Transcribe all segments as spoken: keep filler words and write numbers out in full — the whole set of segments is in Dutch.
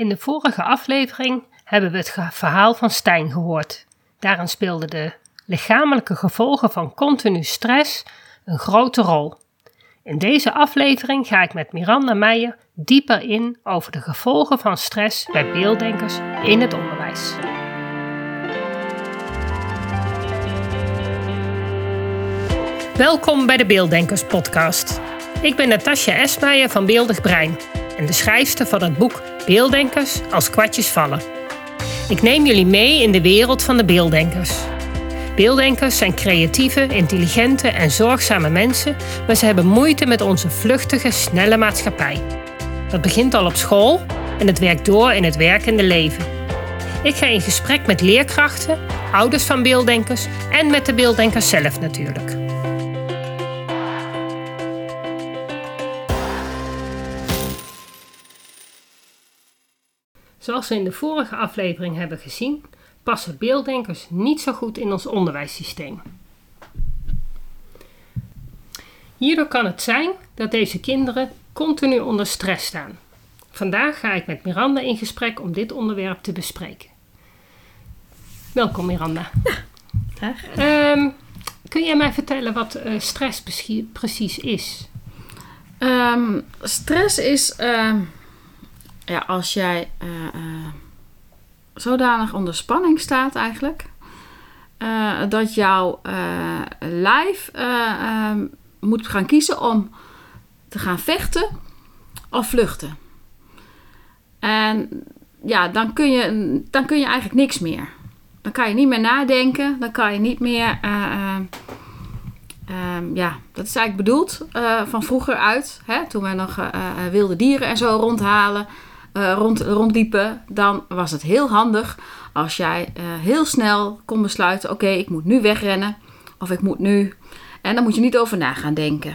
In de vorige aflevering hebben we het ge- verhaal van Stijn gehoord. Daarin speelden de lichamelijke gevolgen van continu stress een grote rol. In deze aflevering ga ik met Miranda Meijer dieper in over de gevolgen van stress bij beelddenkers in het onderwijs. Welkom bij de Beelddenkers podcast. Ik ben Natasja Esmeijer van Beeldig Brein en de schrijfster van het boek Beelddenkers als kwartjes vallen. Ik neem jullie mee in de wereld van de beelddenkers. Beelddenkers zijn creatieve, intelligente en zorgzame mensen, maar ze hebben moeite met onze vluchtige, snelle maatschappij. Dat begint al op school en het werkt door in het werkende leven. Ik ga in gesprek met leerkrachten, ouders van beelddenkers en met de beelddenkers zelf natuurlijk. Zoals we in de vorige aflevering hebben gezien, passen beelddenkers niet zo goed in ons onderwijssysteem. Hierdoor kan het zijn dat deze kinderen continu onder stress staan. Vandaag ga ik met Miranda in gesprek om dit onderwerp te bespreken. Welkom Miranda. Ja, graag. Um, kun jij mij vertellen wat uh, stress beschie- precies is? Um, stress is uh, ja, als jij uh, uh, zodanig onder spanning staat eigenlijk, uh, dat jouw uh, lijf uh, uh, moet gaan kiezen om te gaan vechten of vluchten. En ja, dan kun je, dan kun je eigenlijk niks meer. Dan kan je niet meer nadenken, dan kan je niet meer... Uh, uh, Um, ja, dat is eigenlijk bedoeld uh, van vroeger uit. Hè, toen we nog uh, uh, wilde dieren en zo rondhalen, uh, rond, rondliepen. Dan was het heel handig als jij uh, heel snel kon besluiten. Oké, okay, ik moet nu wegrennen. Of ik moet nu... En daar moet je niet over na gaan denken.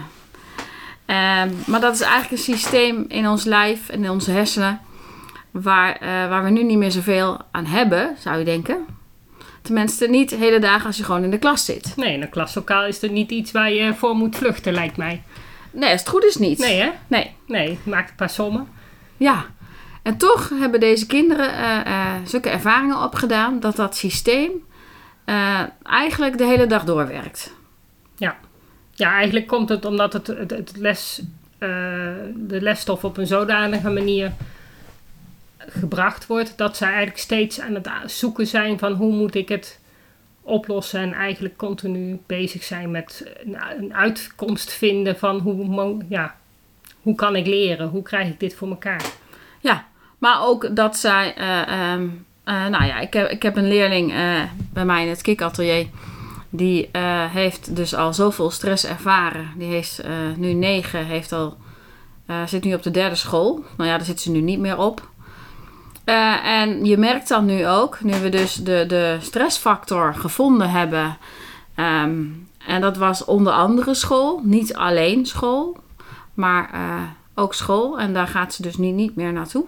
Um, maar dat is eigenlijk een systeem in ons lijf en in onze hersenen. Waar, uh, waar we nu niet meer zoveel aan hebben, zou je denken. Tenminste, niet de hele dagen als je gewoon in de klas zit. Nee, in een klaslokaal is er niet iets waar je voor moet vluchten, lijkt mij. Nee, als het goed is niet. Nee, hè? Nee. Nee, het maakt een paar sommen. Ja, en toch hebben deze kinderen uh, uh, zulke ervaringen opgedaan dat dat systeem uh, eigenlijk de hele dag doorwerkt. Ja. Ja, eigenlijk komt het omdat het, het, het les, uh, de lesstof op een zodanige manier gebracht wordt, dat zij eigenlijk steeds aan het zoeken zijn van hoe moet ik het oplossen en eigenlijk continu bezig zijn met een uitkomst vinden van hoe, ja, hoe kan ik leren, hoe krijg ik dit voor elkaar. Ja, maar ook dat zij, uh, um, uh, nou ja, ik heb, ik heb een leerling uh, bij mij in het K I K-atelier, die uh, heeft dus al zoveel stress ervaren. Die is uh, nu negen, heeft al, uh, zit nu op de derde school. Nou ja, daar zit ze nu niet meer op. Uh, en je merkt dan nu ook, nu we dus de, de stressfactor gevonden hebben. Um, en dat was onder andere school, niet alleen school, maar uh, ook school. En daar gaat ze dus nu niet meer naartoe.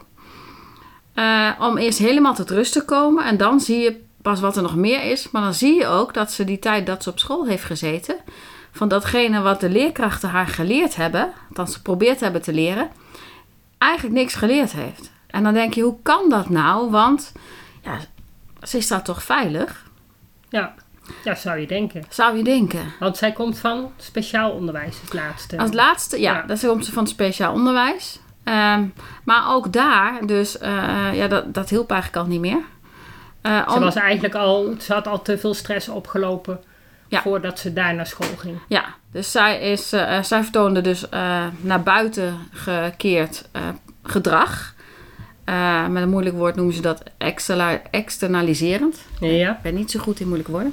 Uh, om eerst helemaal tot rust te komen. En dan zie je pas wat er nog meer is. Maar dan zie je ook dat ze die tijd dat ze op school heeft gezeten, van datgene wat de leerkrachten haar geleerd hebben, dat ze geprobeerd hebben te leren, eigenlijk niks geleerd heeft. En dan denk je, hoe kan dat nou? Want ja, ze is daar toch veilig? Ja, ja, zou je denken. Zou je denken. Want zij komt van speciaal onderwijs, het laatste. Als laatste, ja, ja. Dat komt ze van het speciaal onderwijs. Um, maar ook daar, dus uh, ja, dat, dat hielp eigenlijk al niet meer. Uh, ze om... was eigenlijk al, ze had al te veel stress opgelopen ja. voordat ze daar naar school ging. Ja, dus zij, is, uh, zij vertoonde dus uh, naar buiten gekeerd uh, gedrag. Uh, met een moeilijk woord noemen ze dat external- externaliserend. Ja. Ik ben niet zo goed in moeilijke woorden.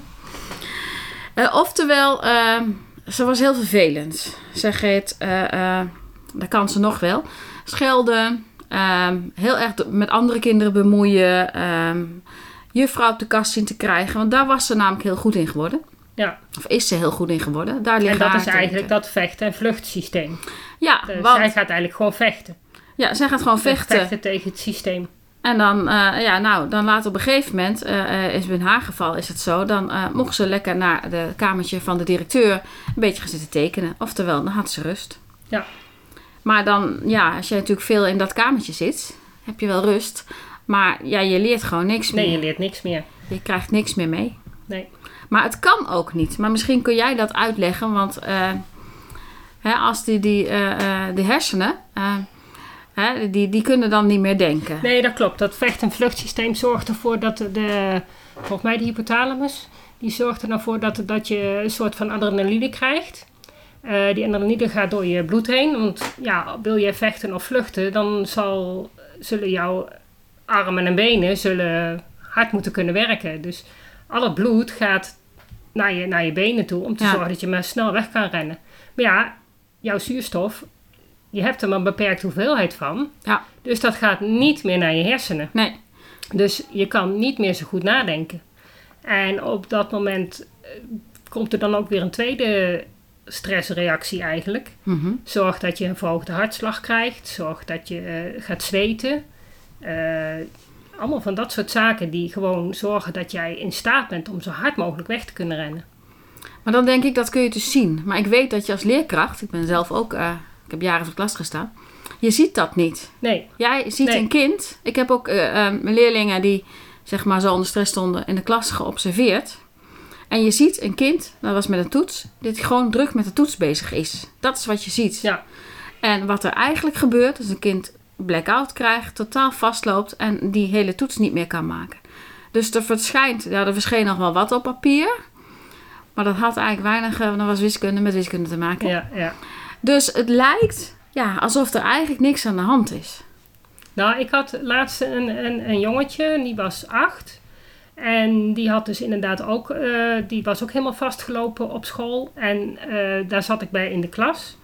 Uh, oftewel, uh, ze was heel vervelend. Ze geeft, uh, uh, dat kan ze nog wel, schelden, uh, heel erg met andere kinderen bemoeien, uh, juffrouw op de kast zien te krijgen. Want daar was ze namelijk heel goed in geworden. Ja. Of is ze heel goed in geworden. Daar en dat is eigenlijk dat vechten- en vluchtsysteem. Ja, dus want zij gaat eigenlijk gewoon vechten. Ja, zij gaat gewoon vechten. Vechten tegen het systeem. En dan, uh, ja, nou, dan later op een gegeven moment, uh, uh, is in haar geval is het zo, dan uh, mocht ze lekker naar de kamertje van de directeur een beetje gaan zitten tekenen. Oftewel, dan had ze rust. Ja. Maar dan, ja, als je natuurlijk veel in dat kamertje zit, heb je wel rust. Maar ja, je leert gewoon niks meer. Nee, je leert niks meer. Je krijgt niks meer mee. Nee. Maar het kan ook niet. Maar misschien kun jij dat uitleggen. Want uh, hè, als die, die, uh, uh, de hersenen, uh, hè, die, die kunnen dan niet meer denken. Nee, dat klopt. Dat vecht- en vluchtsysteem zorgt ervoor dat de, volgens mij de hypothalamus, die zorgt er dan voor dat, dat je een soort van adrenaline krijgt. Uh, die adrenaline gaat door je bloed heen. Want ja, wil je vechten of vluchten, dan zal, zullen jouw armen en benen zullen hard moeten kunnen werken. Dus al het bloed gaat naar je, naar je benen toe om te ja. zorgen dat je maar snel weg kan rennen. Maar ja, jouw zuurstof, je hebt er maar een beperkte hoeveelheid van. Ja. Dus dat gaat niet meer naar je hersenen. Nee. Dus je kan niet meer zo goed nadenken. En op dat moment uh, komt er dan ook weer een tweede stressreactie eigenlijk. Mm-hmm. Zorg dat je een verhoogde hartslag krijgt. Zorg dat je uh, gaat zweten. Uh, allemaal van dat soort zaken die gewoon zorgen dat jij in staat bent om zo hard mogelijk weg te kunnen rennen. Maar dan denk ik, dat kun je dus zien. Maar ik weet dat je als leerkracht, ik ben zelf ook, uh, ik heb jaren voor de klas gestaan. Je ziet dat niet. Nee. Jij ziet nee. een kind. Ik heb ook uh, uh, leerlingen die zeg maar zo onder stress stonden in de klas geobserveerd. En je ziet een kind, dat was met een toets, die gewoon druk met de toets bezig is. Dat is wat je ziet. Ja. En wat er eigenlijk gebeurt, is een kind blackout krijgt, totaal vastloopt en die hele toets niet meer kan maken. Dus er verschijnt, ja, er verscheen nog wel wat op papier. Maar dat had eigenlijk weinig, dat was wiskunde met wiskunde te maken. Ja, ja. Dus het lijkt ja, alsof er eigenlijk niks aan de hand is. Nou, ik had laatst een, een, een jongetje, die was acht. En die had dus inderdaad ook, uh, die was ook helemaal vastgelopen op school. En uh, daar zat ik bij in de klas.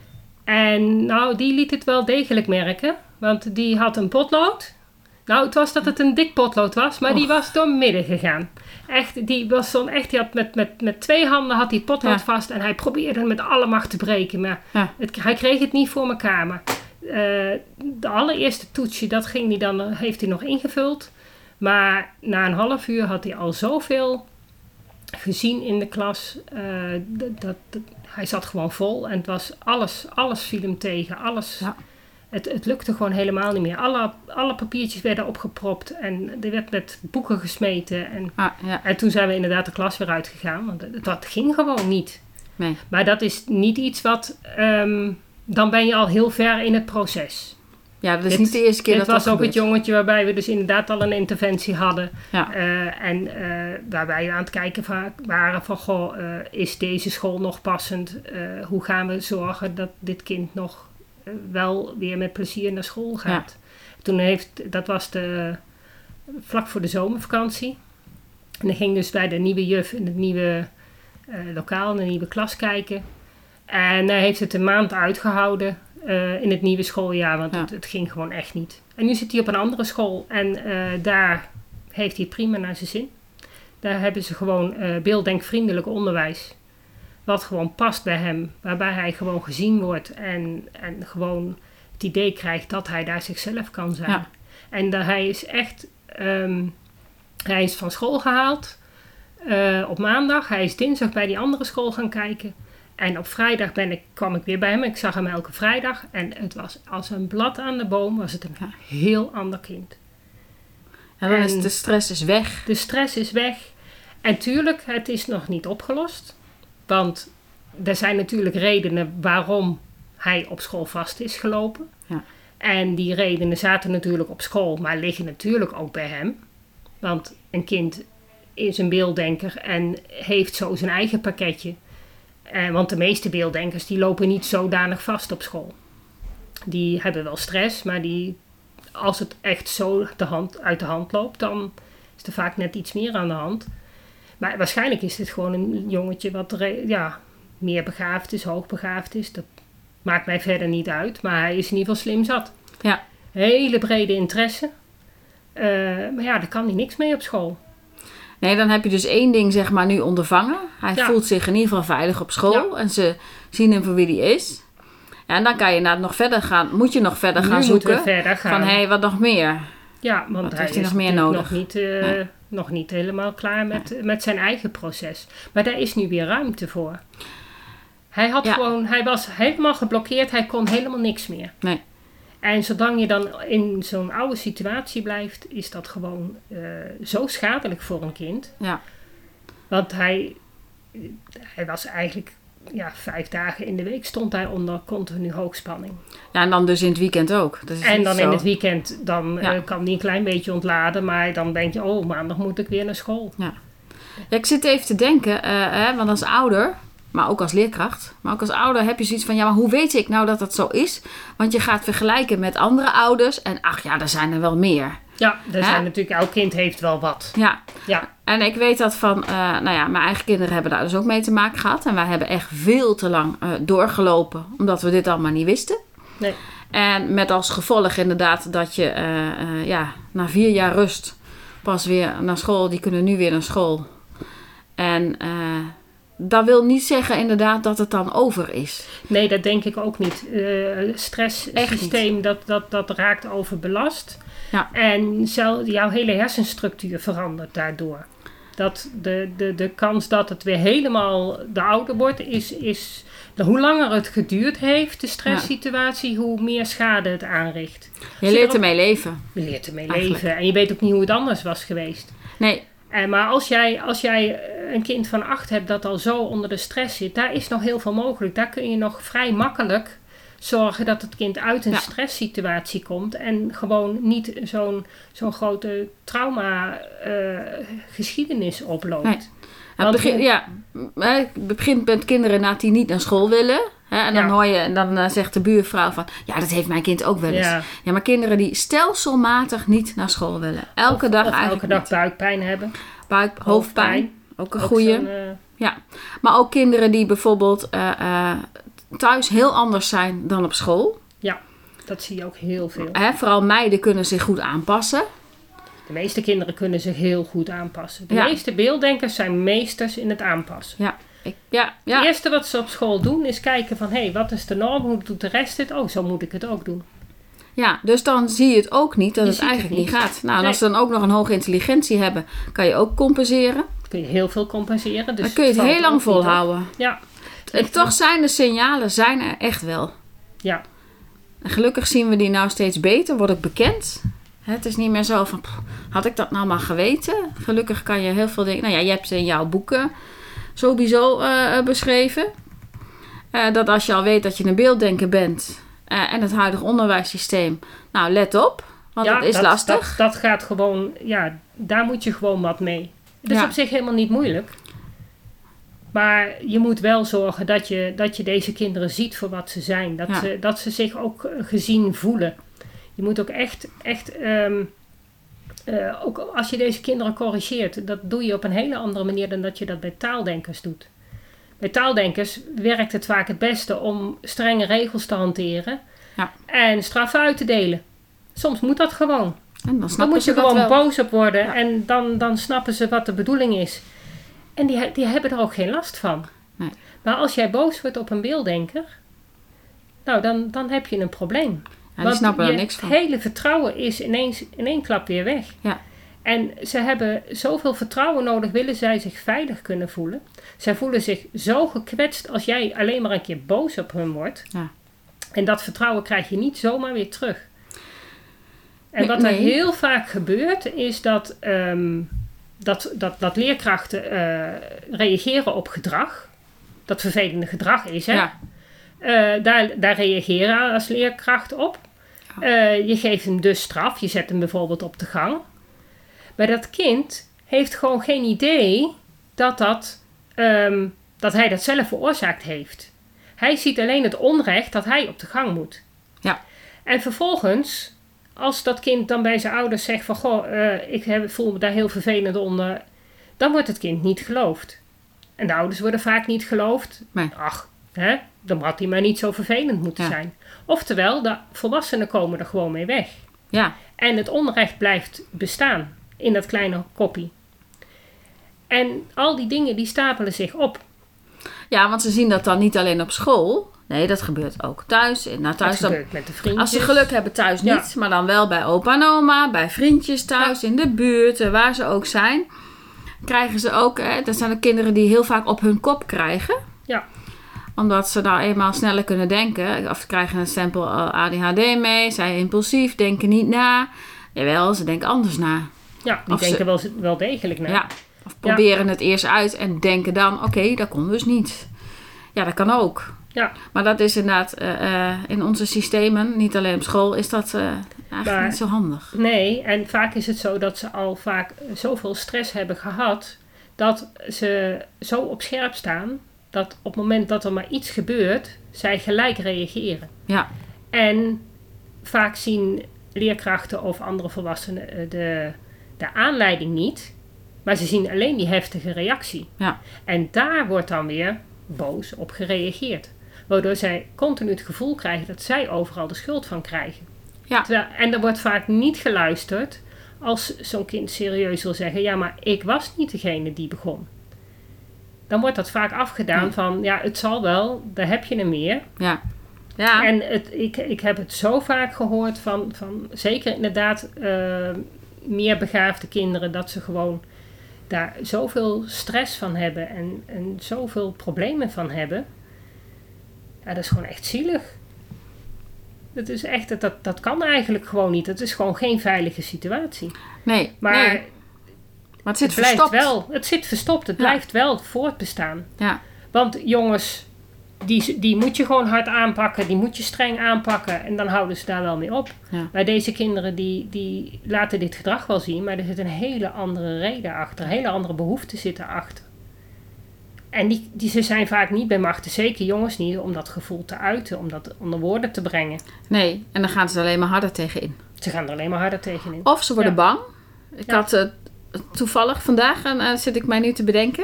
En nou, die liet het wel degelijk merken. Want die had een potlood. Nou, het was dat het een dik potlood was, maar oh. die was door midden gegaan. Echt, die was zo'n echt, die had met, met, met twee handen had hij het potlood ja. vast. En hij probeerde het met alle macht te breken. Maar ja. het, hij kreeg het niet voor elkaar. Maar uh, de allereerste toetsje, dat ging hij dan, heeft hij nog ingevuld. Maar na een half uur had hij al zoveel gezien in de klas. Uh, dat, dat, dat, hij zat gewoon vol en het was alles, alles viel hem tegen. Alles, ja. het, het lukte gewoon helemaal niet meer. Alle, alle papiertjes werden opgepropt en er werd met boeken gesmeten. En, ah, ja. en toen zijn we inderdaad de klas weer uitgegaan, want dat, dat ging gewoon niet. Nee. Maar dat is niet iets wat, um, dan ben je al heel ver in het proces. Ja, dat is dit, niet de eerste keer dit dat dat was ook gebeurt. het jongetje waarbij we dus inderdaad al een interventie hadden. Ja. Uh, en uh, waarbij we aan het kijken van, waren van, goh, uh, is deze school nog passend? Uh, hoe gaan we zorgen dat dit kind nog uh, wel weer met plezier naar school gaat? Ja. Toen heeft, dat was de, vlak voor de zomervakantie. En dan ging dus bij de nieuwe juf in het nieuwe uh, lokaal, in de nieuwe klas kijken. En hij uh, heeft het een maand uitgehouden. Uh, in het nieuwe schooljaar, want ja. het, het ging gewoon echt niet. En nu zit hij op een andere school en uh, daar heeft hij prima naar zijn zin. Daar hebben ze gewoon uh, beelddenkvriendelijk onderwijs. Wat gewoon past bij hem, waarbij hij gewoon gezien wordt en, en gewoon het idee krijgt dat hij daar zichzelf kan zijn. Ja. En uh, hij is echt, um, hij is van school gehaald uh, op maandag. Hij is dinsdag bij die andere school gaan kijken. En op vrijdag ben ik, kwam ik weer bij hem. Ik zag hem elke vrijdag. En het was als een blad aan de boom. Was het een ja. heel ander kind. En dan is de stress is weg. De stress is weg. En tuurlijk, het is nog niet opgelost. Want er zijn natuurlijk redenen waarom hij op school vast is gelopen. Ja. En die redenen zaten natuurlijk op school. Maar liggen natuurlijk ook bij hem. Want een kind is een beelddenker. En heeft zo zijn eigen pakketje. Uh, want de meeste beelddenkers die lopen niet zodanig vast op school. Die hebben wel stress, maar die, als het echt zo de hand, uit de hand loopt, dan is er vaak net iets meer aan de hand. Maar waarschijnlijk is dit gewoon een jongetje wat re, ja, meer begaafd is, hoogbegaafd is. Dat maakt mij verder niet uit, maar hij is in ieder geval slim zat. Ja. Hele brede interesse. Uh, maar ja, daar kan hij niks mee op school. Nee, dan heb je dus één ding zeg maar nu ondervangen. Hij ja. voelt zich in ieder geval veilig op school. Ja. En ze zien hem voor wie hij is. Ja, en dan kan je nou nog verder gaan. Moet je nog verder nu gaan zoeken. We verder gaan. Van hé, hey, wat nog meer? Ja, want wat hij heeft hij is nog meer nodig? Nog niet, uh, nee. nog niet helemaal klaar met, nee. met zijn eigen proces. Maar daar is nu weer ruimte voor. Hij had ja. gewoon, hij was helemaal geblokkeerd. Hij kon helemaal niks meer. Nee. En zolang je dan in zo'n oude situatie blijft, is dat gewoon uh, zo schadelijk voor een kind. Ja. Want hij, hij was eigenlijk ja, vijf dagen in de week stond hij onder continu hoogspanning. Ja, en dan dus in het weekend ook. Dat is en dan zo. in het weekend, dan ja. uh, kan hij een klein beetje ontladen, maar dan denk je, oh, maandag moet ik weer naar school. Ja, ja ik zit even te denken, uh, hè, want als ouder, maar ook als leerkracht, maar ook als ouder heb je zoiets van, ja, maar hoe weet ik nou dat dat zo is? Want je gaat vergelijken met andere ouders en ach ja, er zijn er wel meer. Ja, er Hè? zijn natuurlijk, elk kind heeft wel wat. Ja. Ja. En ik weet dat van, uh, nou ja, mijn eigen kinderen hebben daar dus ook mee te maken gehad. En wij hebben echt veel te lang uh, doorgelopen, omdat we dit allemaal niet wisten. Nee. En met als gevolg inderdaad dat je uh, uh, ja, na vier jaar rust pas weer naar school, die kunnen nu weer naar school. En uh, dat wil niet zeggen inderdaad dat het dan over is. Nee, dat denk ik ook niet. Uh, stresssysteem, dat, dat, dat raakt overbelast. Ja. En zelf, jouw hele hersenstructuur verandert daardoor. Dat de, de, de kans dat het weer helemaal de oude wordt, is, is de, hoe langer het geduurd heeft, de stresssituatie, ja. hoe meer schade het aanricht. Je leert ermee leven. Je leert ermee leven. En je weet ook niet hoe het anders was geweest. Nee. En, maar als jij, als jij een kind van acht hebt dat al zo onder de stress zit, daar is nog heel veel mogelijk. Daar kun je nog vrij makkelijk zorgen dat het kind uit een ja. stresssituatie komt en gewoon niet zo'n, zo'n grote trauma uh, geschiedenis oploopt. Nee. Het begin, ja, het begint met kinderen na die niet naar school willen. Hè, en dan ja. hoor je, en dan uh, zegt de buurvrouw van, ja, dat heeft mijn kind ook wel eens. Ja, ja maar kinderen die stelselmatig niet naar school willen. Elke of, dag of eigenlijk elke dag niet. buikpijn hebben. Buik, hoofdpijn, hoofdpijn. Ook een goeie. Uh, ja, maar ook kinderen die bijvoorbeeld uh, uh, thuis heel anders zijn dan op school. Ja, dat zie je ook heel veel. Hè, vooral meiden kunnen zich goed aanpassen. De meeste kinderen kunnen zich heel goed aanpassen. De ja. meeste beelddenkers zijn meesters in het aanpassen. Ja. Ik, ja, ja. Het eerste wat ze op school doen is kijken van, hé, hey, wat is de norm? Hoe doet de rest het? Oh, zo moet ik het ook doen. Ja, dus dan zie je het ook niet dat je het eigenlijk het niet. niet gaat. Nou, en nee. als ze dan ook nog een hoge intelligentie hebben, kan je ook compenseren. Dan kun je heel veel compenseren. Dus dan kun je het heel lang volhouden. Ja. En toch zijn de signalen zijn er echt wel. Ja. En gelukkig zien we die nou steeds beter, wordt het bekend. Het is niet meer zo van, pff, had ik dat nou maar geweten? Gelukkig kan je heel veel dingen... Nou ja, je hebt in jouw boeken sowieso uh, beschreven. Uh, dat als je al weet dat je een beelddenker bent... Uh, en het huidige onderwijssysteem... Nou, let op, want ja, het is dat, lastig. Dat, dat gaat gewoon... Ja, daar moet je gewoon wat mee. Het is ja. op zich helemaal niet moeilijk. Maar je moet wel zorgen dat je, dat je deze kinderen ziet voor wat ze zijn. Dat, ja. ze, dat ze zich ook gezien voelen. Je moet ook echt, echt um, uh, ook als je deze kinderen corrigeert, dat doe je op een hele andere manier dan dat je dat bij taaldenkers doet. Bij taaldenkers werkt het vaak het beste om strenge regels te hanteren ja. en straffen uit te delen. Soms moet dat gewoon. En dan, dan moet je gewoon wel. boos op worden ja. en dan, dan snappen ze wat de bedoeling is. En die, die hebben er ook geen last van. Nee. Maar als jij boos wordt op een beelddenker, nou dan, dan heb je een probleem. Ja, die snappen er niks van. Het hele vertrouwen is ineens in één klap weer weg. Ja. En ze hebben zoveel vertrouwen nodig, willen zij zich veilig kunnen voelen. Zij voelen zich zo gekwetst als jij alleen maar een keer boos op hun wordt. Ja. En dat vertrouwen krijg je niet zomaar weer terug. En nee, wat er nee. heel vaak gebeurt, is dat, um, dat, dat, dat leerkrachten uh, reageren op gedrag. Dat vervelende gedrag is, hè? Ja. Uh, daar, daar reageren als leerkracht op. Uh, je geeft hem dus straf. Je zet hem bijvoorbeeld op de gang. Maar dat kind heeft gewoon geen idee dat, dat, um, dat hij dat zelf veroorzaakt heeft. Hij ziet alleen het onrecht dat hij op de gang moet. Ja. En vervolgens, als dat kind dan bij zijn ouders zegt van, goh, uh, ik heb, voel me daar heel vervelend onder, dan wordt het kind niet geloofd. En de ouders worden vaak niet geloofd. Nee. Ach, hè, dan had hij maar niet zo vervelend moeten ja. zijn. Oftewel, de volwassenen komen er gewoon mee weg. Ja. En het onrecht blijft bestaan in dat kleine koppie. En al die dingen die stapelen zich op. Ja, want ze zien dat dan niet alleen op school. Nee, dat gebeurt ook thuis. Nou, thuis dat gebeurt met de vriendjes. Als ze geluk hebben thuis niet, ja. maar dan wel bij opa en oma, bij vriendjes thuis, ja. in de buurt, waar ze ook zijn. Krijgen ze ook, hè, dat zijn de kinderen die heel vaak op hun kop krijgen. Ja. Omdat ze nou eenmaal sneller kunnen denken. Of ze krijgen een stempel A D H D mee. Zij impulsief, denken niet na. Jawel, ze denken anders na. Ja, die of denken ze, wel, wel degelijk na. Ja, of proberen ja. het eerst uit en denken dan, oké, okay, dat kon dus niet. Ja, dat kan ook. Ja. Maar dat is inderdaad, uh, uh, in onze systemen, niet alleen op school, is dat uh, eigenlijk maar, niet zo handig. Nee, en vaak is het zo dat ze al vaak zoveel stress hebben gehad, dat ze zo op scherp staan, dat op het moment dat er maar iets gebeurt, zij gelijk reageren. Ja. En vaak zien leerkrachten of andere volwassenen de, de aanleiding niet, maar ze zien alleen die heftige reactie. Ja. En daar wordt dan weer boos op gereageerd. Waardoor zij continu het gevoel krijgen dat zij overal de schuld van krijgen. Ja. Terwijl, en er wordt vaak niet geluisterd als zo'n kind serieus wil zeggen, ja, maar ik was niet degene die begon. Dan wordt dat vaak afgedaan ja. van, ja, het zal wel, daar heb je hem meer. Ja. Ja. En het, ik, ik heb het zo vaak gehoord van, van zeker inderdaad uh, meer begaafde kinderen, dat ze gewoon daar zoveel stress van hebben en, en zoveel problemen van hebben. Ja, dat is gewoon echt zielig. Dat is echt, dat, dat kan eigenlijk gewoon niet. Het is gewoon geen veilige situatie. Nee, maar, nee. maar het zit het verstopt. Blijft wel, het zit verstopt. Het ja. blijft wel voortbestaan. Ja. Want jongens, die, die moet je gewoon hard aanpakken. Die moet je streng aanpakken. En dan houden ze daar wel mee op. Ja. Maar deze kinderen die, die laten dit gedrag wel zien. Maar er zit een hele andere reden achter. Een hele andere behoefte zit erachter. En die, die, ze zijn vaak niet bij machten, zeker jongens niet, om dat gevoel te uiten, om dat onder woorden te brengen. Nee, en dan gaan ze er alleen maar harder tegenin. Ze gaan er alleen maar harder tegenin. Of ze worden ja. bang. Ik ja. had uh, toevallig vandaag, en uh, zit ik mij nu te bedenken.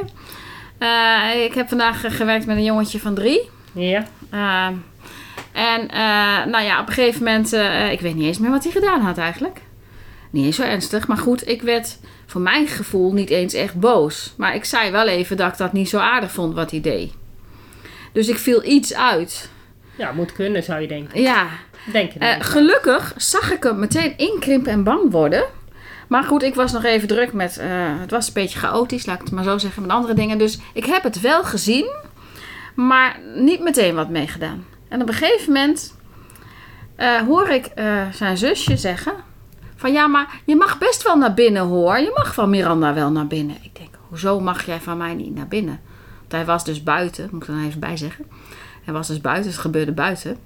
Uh, ik heb vandaag uh, gewerkt met een jongetje van drie. Ja. Uh, en uh, nou ja, op een gegeven moment, uh, ik weet niet eens meer wat hij gedaan had eigenlijk. Niet eens zo ernstig, maar goed, ik werd voor mijn gevoel niet eens echt boos. Maar ik zei wel even dat ik dat niet zo aardig vond wat hij deed. Dus ik viel iets uit. Ja, moet kunnen zou je denken. Ja. Denken uh, gelukkig zag ik hem meteen inkrimpen en bang worden. Maar goed, ik was nog even druk met, uh, het was een beetje chaotisch, laat ik het maar zo zeggen, met andere dingen. Dus ik heb het wel gezien, maar niet meteen wat meegedaan. En op een gegeven moment uh, hoor ik uh, zijn zusje zeggen van ja, maar je mag best wel naar binnen hoor. Je mag van Miranda wel naar binnen. Ik denk, hoezo mag jij van mij niet naar binnen? Want hij was dus buiten, moet ik er nou even bij zeggen. Hij was dus buiten, het gebeurde buiten.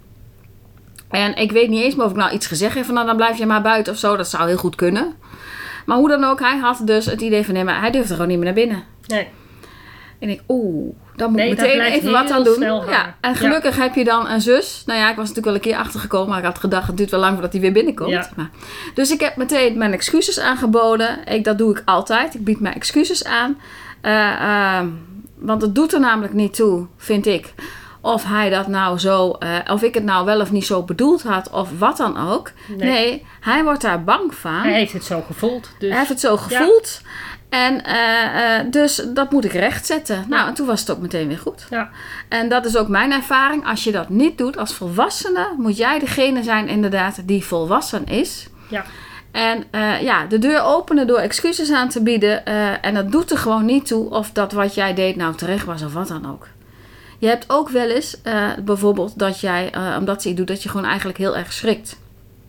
En ik weet niet eens meer of ik nou iets gezegd heb van nou dan blijf je maar buiten of zo. Dat zou heel goed kunnen. Maar hoe dan ook, hij had dus het idee van nee, maar hij durfde gewoon niet meer naar binnen. Nee. En ik, oeh, dan moet ik nee, meteen even wat aan doen. Ja, en gelukkig ja. heb je dan een zus. Nou ja, ik was natuurlijk wel een keer achtergekomen, maar ik had gedacht, het duurt wel lang voordat hij weer binnenkomt. Ja. Maar, dus ik heb meteen mijn excuses aangeboden. Ik, dat doe ik altijd. Ik bied mijn excuses aan. Uh, uh, want het doet er namelijk niet toe, vind ik. Of hij dat nou zo, uh, of ik het nou wel of niet zo bedoeld had, of wat dan ook. Nee, nee hij wordt daar bang van. Hij heeft het zo gevoeld. Dus. Hij heeft het zo gevoeld. Ja. En uh, uh, dus dat moet ik rechtzetten. Ja. Nou, en toen was het ook meteen weer goed. Ja. En dat is ook mijn ervaring. Als je dat niet doet als volwassene, moet jij degene zijn inderdaad die volwassen is. Ja. En uh, ja, de deur openen door excuses aan te bieden. Uh, en dat doet er gewoon niet toe of dat wat jij deed nou terecht was of wat dan ook. Je hebt ook wel eens uh, bijvoorbeeld dat jij, uh, omdat ze iets doet, dat je gewoon eigenlijk heel erg schrikt.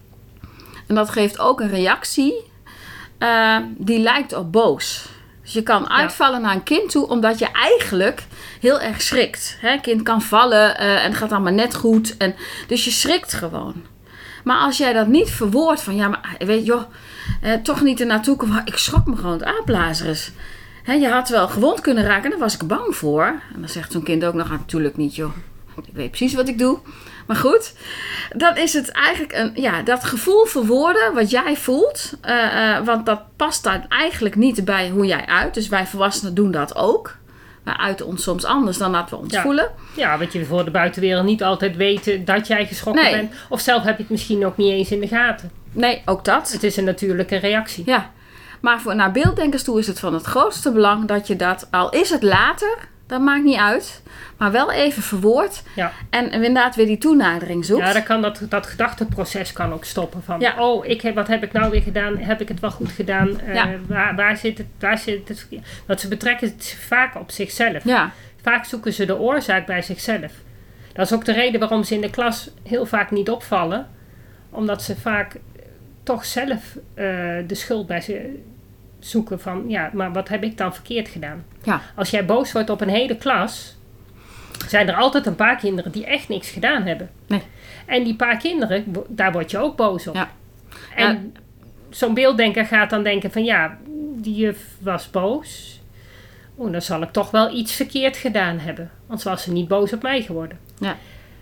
En dat geeft ook een reactie uh, die lijkt op boos. Dus je kan uitvallen ja. naar een kind toe omdat je eigenlijk heel erg schrikt. Een kind kan vallen uh, en het gaat allemaal net goed. En, dus je schrikt gewoon. Maar als jij dat niet verwoordt van ja, maar weet je, joh, uh, toch niet ernaartoe komen. Ik schrok me gewoon het aapblazerus. He, je had wel gewond kunnen raken en daar was ik bang voor. En dan zegt zo'n kind ook nog, ah, natuurlijk niet joh. Ik weet precies wat ik doe. Maar goed, dan is het eigenlijk een, ja, dat gevoel verwoorden wat jij voelt. Uh, uh, want dat past dan eigenlijk niet bij hoe jij uit. Dus wij volwassenen doen dat ook. Wij uiten ons soms anders dan dat we ons ja. voelen. Ja, want je voor de buitenwereld niet altijd weten dat jij geschrokken nee. bent. Of zelf heb je het misschien ook niet eens in de gaten. Nee, ook dat. Het is een natuurlijke reactie. Ja. Maar voor naar beelddenkers toe is het van het grootste belang dat je dat, al is het later, dat maakt niet uit, maar wel even verwoord. Ja. En inderdaad weer die toenadering zoekt. Ja, dan kan dat, dat gedachteproces kan ook stoppen. Van, ja. oh, ik heb, wat heb ik nou weer gedaan? Heb ik het wel goed gedaan? Uh, ja. waar, waar zit het? Waar zit het? Want ze betrekken het vaak op zichzelf. Ja. Vaak zoeken ze de oorzaak bij zichzelf. Dat is ook de reden waarom ze in de klas heel vaak niet opvallen. Omdat ze vaak toch zelf uh, de schuld bij ze zoeken van... ja, maar wat heb ik dan verkeerd gedaan? Ja. Als jij boos wordt op een hele klas... zijn er altijd een paar kinderen die echt niks gedaan hebben. Nee. En die paar kinderen, daar word je ook boos op. Ja. En Ja. zo'n beelddenker gaat dan denken van... ja, die juf was boos. Oh, dan zal ik toch wel iets verkeerd gedaan hebben. Anders was ze niet boos op mij geworden. Ja.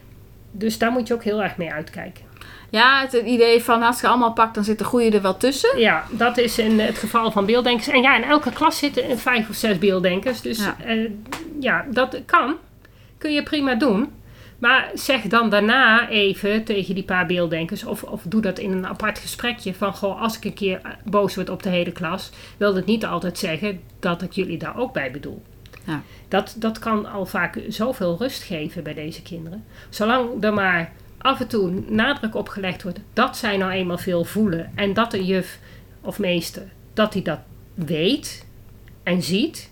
Dus daar moet je ook heel erg mee uitkijken. Ja, het idee van als je allemaal pakt, dan zit de goeie er wel tussen. Ja, dat is in het geval van beelddenkers. En ja, in elke klas zitten vijf of zes beelddenkers. Dus Ja. Uh, ja, dat kan. Kun je prima doen. Maar zeg dan daarna even tegen die paar beelddenkers... Of, of doe dat in een apart gesprekje van... Goh, als ik een keer boos word op de hele klas... wil dat niet altijd zeggen dat ik jullie daar ook bij bedoel. Ja. Dat, dat kan al vaak zoveel rust geven bij deze kinderen. Zolang er maar af en toe nadruk op gelegd wordt... dat zij nou eenmaal veel voelen... en dat de juf of meester dat hij dat weet en ziet...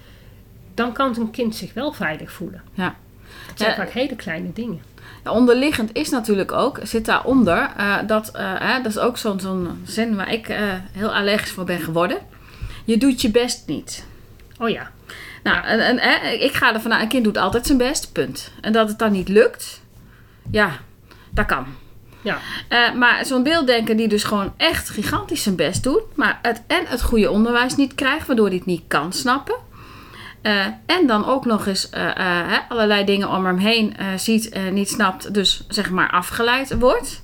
dan kan een kind zich wel veilig voelen. Ja. Het zijn Ja. vaak hele kleine dingen. Ja, onderliggend is natuurlijk ook, zit daaronder, uh, dat, uh, eh, dat is ook zo'n, zo'n zin waar ik uh, heel allergisch voor ben geworden. Je doet je best niet. Oh ja. Nou, Ja. en, en, eh, ik ga ervan uit, een kind doet altijd zijn best, punt. En dat het dan niet lukt, ja, dat kan. Ja. Uh, maar zo'n beelddenker die dus gewoon echt gigantisch zijn best doet, maar het, en het goede onderwijs niet krijgt, waardoor hij het niet kan snappen. Uh, en dan ook nog eens uh, uh, hè, allerlei dingen om hem heen uh, ziet en uh, niet snapt, dus zeg maar afgeleid wordt.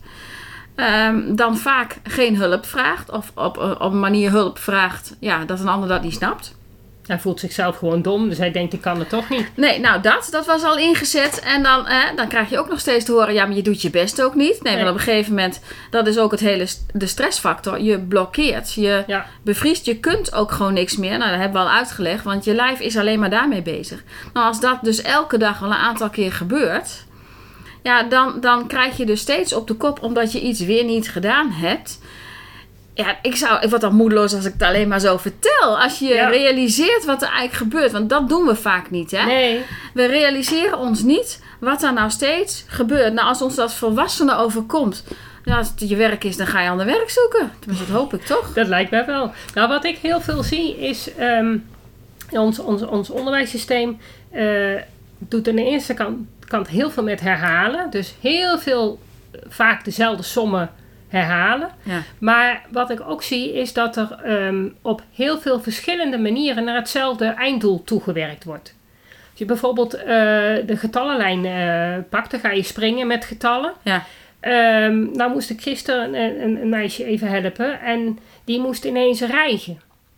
Um, dan vaak geen hulp vraagt of op, op een manier hulp vraagt, ja, dat een ander dat niet snapt. Hij voelt zichzelf gewoon dom, dus hij denkt ik kan het toch niet. Nee, nou dat, dat was al ingezet. En dan, eh, dan krijg je ook nog steeds te horen, ja, maar je doet je best ook niet. Nee, Nee. want op een gegeven moment, dat is ook het hele st- de stressfactor. Je blokkeert, je Ja. bevriest, je kunt ook gewoon niks meer. Nou, dat hebben we al uitgelegd, want je lijf is alleen maar daarmee bezig. Nou, als dat dus elke dag al een aantal keer gebeurt, ja, dan, dan krijg je dus steeds op de kop, omdat je iets weer niet gedaan hebt. Ja, ik, zou, ik word dan moedeloos als ik het alleen maar zo vertel. Als je Ja. realiseert wat er eigenlijk gebeurt. Want dat doen we vaak niet, hè? Nee. We realiseren ons niet wat er nou steeds gebeurt. Nou, als ons dat volwassenen overkomt. Ja, als het je werk is, dan ga je ander werk zoeken. Tenminste, dat hoop ik toch? Dat lijkt mij wel. Nou, wat ik heel veel zie is... Um, ons, ons, ons onderwijssysteem uh, doet aan de eerste kant, kant heel veel met herhalen. Dus heel veel, vaak dezelfde sommen herhalen. Ja. Maar wat ik ook zie is dat er um, op heel veel verschillende manieren naar hetzelfde einddoel toegewerkt wordt. Als je bijvoorbeeld uh, de getallenlijn uh, pakt, dan ga je springen met getallen. Ja. Um, nou moest ik gisteren een, een, een meisje even helpen en die moest ineens rijgen.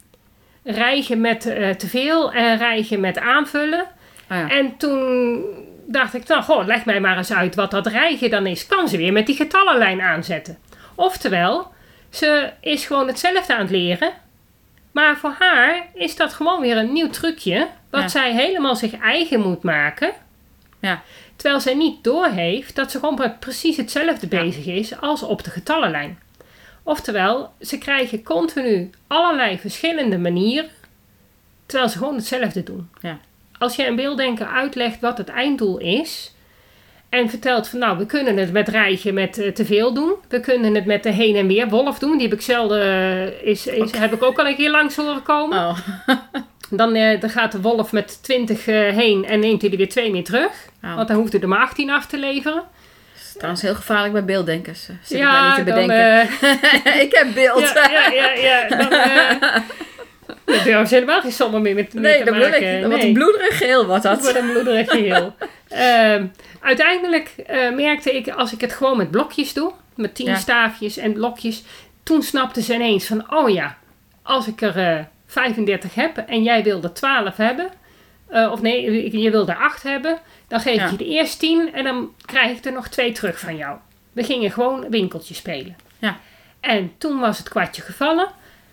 Rijgen met uh, te veel en rijgen met aanvullen. Oh ja. En toen dacht ik, nou goh, leg mij maar eens uit wat dat rijgen dan is. Kan ze weer met die getallenlijn aanzetten. Oftewel, ze is gewoon hetzelfde aan het leren. Maar voor haar is dat gewoon weer een nieuw trucje. Wat Ja. zij helemaal zich eigen moet maken. Ja. Terwijl zij niet doorheeft dat ze gewoon met precies hetzelfde Ja. bezig is als op de getallenlijn. Oftewel, ze krijgen continu allerlei verschillende manieren. Terwijl ze gewoon hetzelfde doen. Ja. Als je een beelddenker uitlegt wat het einddoel is. En vertelt van nou, we kunnen het met rijgen met uh, te veel doen. We kunnen het met de heen en weer wolf doen. Die heb ik zelden, uh, is, is, Okay. heb ik ook al een keer langs horen komen. Oh. Dan, uh, dan gaat de wolf met twintig uh, heen en neemt hij er weer twee meer terug. Oh. Want dan hoeft hij er maar achttien af te leveren. Dat is trouwens heel gevaarlijk bij beelddenkers. uh, Zit Ja, ik mij niet te dan, bedenken. uh, ik heb beeld. ja, ja, ja, ja. Dan, uh, dan durf je helemaal geen sommen meer met, mee nee, te dat bedoel maken. ik. Dat wordt een bloederig geel wordt Dat dat. wordt een bloederig geheel. uh, uiteindelijk uh, merkte ik, als ik het gewoon met blokjes doe, met tien Ja. staafjes en blokjes, toen snapte ze ineens van, oh ja, als ik er uh, vijfendertig heb en jij wil er twaalf hebben, uh, of nee, je wil er acht hebben, dan geef Ja. ik je de eerste tien en dan krijg ik er nog twee terug van jou. We gingen gewoon winkeltje spelen. Ja. En toen was het kwartje gevallen.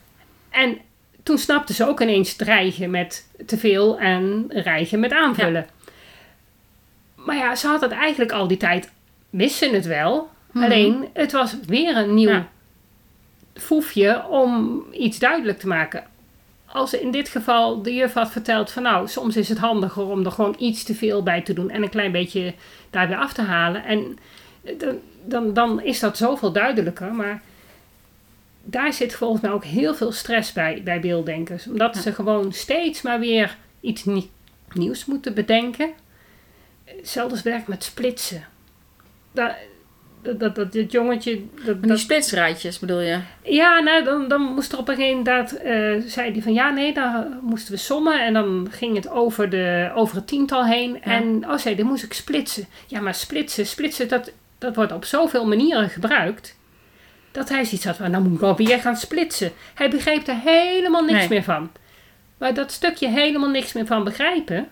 En toen snapte ze ook ineens het rijgen met te veel en rijgen met aanvullen. Ja. Maar ja, ze had het eigenlijk al die tijd, wist ze het wel. Mhm. Alleen, het was weer een nieuw Ja. foefje om iets duidelijk te maken. als in dit geval de juf had verteld van nou, soms is het handiger om er gewoon iets te veel bij te doen en een klein beetje daar weer af te halen. En dan, dan, dan is dat zoveel duidelijker. Maar daar zit volgens mij ook heel veel stress bij, bij beelddenkers. Omdat ja. ze gewoon steeds maar weer iets nie- nieuws moeten bedenken. Zelfs werk met splitsen. Dat, dat, dat, dat, dat jongetje... Dat, die dat, splitsrijtjes bedoel je? Ja, nou, dan, dan moest er op een gegeven moment... Uh, zei hij van ja, nee, dan moesten we sommen. En dan ging het over, de, over het tiental heen. Ja. En oh, zei dan moest ik splitsen. Ja, maar splitsen, splitsen, dat, dat wordt op zoveel manieren gebruikt. Dat hij zoiets had van, nou moet ik wel weer gaan splitsen. Hij begreep er helemaal niks nee. meer van. Maar dat stukje helemaal niks meer van begrijpen...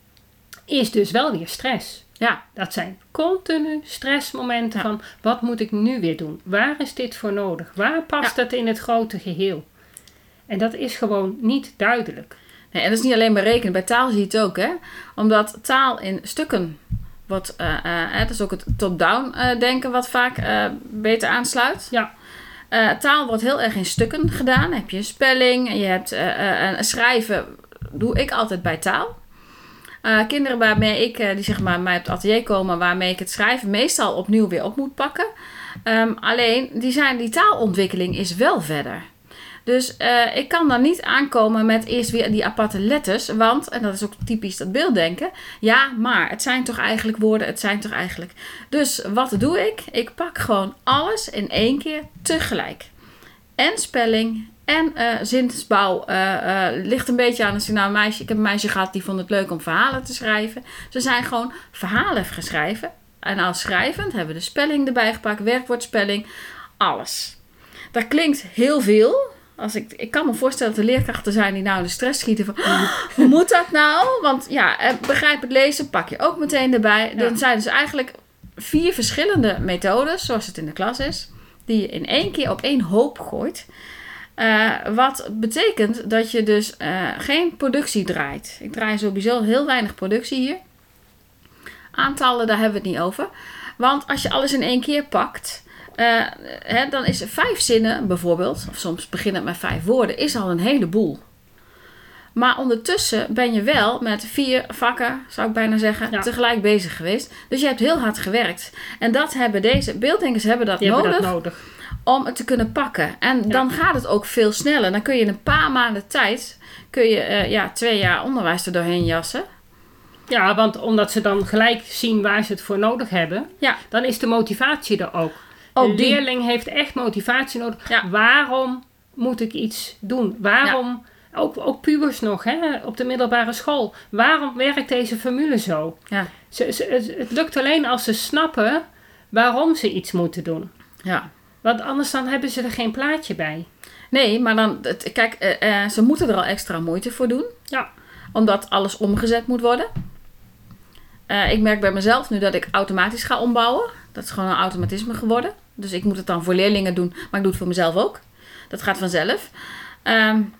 is dus wel weer stress. Ja. Dat zijn continu stressmomenten ja. van... wat moet ik nu weer doen? Waar is dit voor nodig? Waar past ja. het in het grote geheel? En dat is gewoon niet duidelijk. Nee, en dat is niet alleen bij rekenen. Bij taal zie je het ook, hè. Omdat taal in stukken... Wat, uh, uh, dat is ook het top-down uh, denken wat vaak uh, beter aansluit. Ja. Uh, taal wordt heel erg in stukken gedaan. Dan heb je spelling en je hebt uh, uh, schrijven. Doe ik altijd bij taal. Uh, kinderen waarmee ik, uh, die zeg maar mij op het atelier komen, waarmee ik het schrijven meestal opnieuw weer op moet pakken. Um, alleen, die, zijn, die taalontwikkeling is wel verder. Dus uh, ik kan dan niet aankomen met eerst weer die aparte letters. Want, en dat is ook typisch dat beelddenken. Ja, maar het zijn toch eigenlijk woorden. Het zijn toch eigenlijk. Dus wat doe ik? Ik pak gewoon alles in één keer tegelijk. En spelling en uh, zinsbouw. Uh, uh, ligt een beetje aan als je nou een meisje... Ik heb een meisje gehad die vond het leuk om verhalen te schrijven. Ze zijn gewoon verhalen geschreven. En als schrijvend hebben we de spelling erbij gepakt. Werkwoordspelling. Alles. Dat klinkt heel veel... Als ik, ik kan me voorstellen dat er leerkrachten zijn die nou in de stress schieten van... Hoe moet dat nou? Want ja, begrijp het lezen pak je ook meteen erbij. Ja. Dan zijn dus eigenlijk vier verschillende methodes, zoals het in de klas is... die je in één keer op één hoop gooit. Uh, wat betekent dat je dus uh, geen productie draait. Ik draai sowieso heel weinig productie hier. Aantallen, daar hebben we het niet over. Want als je alles in één keer pakt... Uh, hè, dan is vijf zinnen bijvoorbeeld, of soms beginnen met vijf woorden, is al een heleboel. Maar ondertussen ben je wel met vier vakken, zou ik bijna zeggen, ja. tegelijk bezig geweest. Dus je hebt heel hard gewerkt. En dat hebben deze beelddenkers hebben dat, nodig, hebben dat nodig om het te kunnen pakken. En ja. dan gaat het ook veel sneller. Dan kun je in een paar maanden tijd, kun je uh, ja, twee jaar onderwijs er doorheen jassen. Ja, want omdat ze dan gelijk zien waar ze het voor nodig hebben, ja. dan is de motivatie er ook. Ook de leerling die... heeft echt motivatie nodig. Ja. Waarom moet ik iets doen? Waarom, ja. ook, ook pubers nog, hè, op de middelbare school. Waarom werkt deze formule zo? Ja. Ze, ze, het, het lukt alleen als ze snappen waarom ze iets moeten doen. Ja. Want anders dan hebben ze er geen plaatje bij. Nee, maar dan, het, kijk, uh, uh, ze moeten er al extra moeite voor doen. Ja. Omdat alles omgezet moet worden. Uh, ik merk bij mezelf nu dat ik automatisch ga ombouwen. Dat is gewoon een automatisme geworden. Dus ik moet het dan voor leerlingen doen, maar ik doe het voor mezelf ook. Dat gaat vanzelf. Um,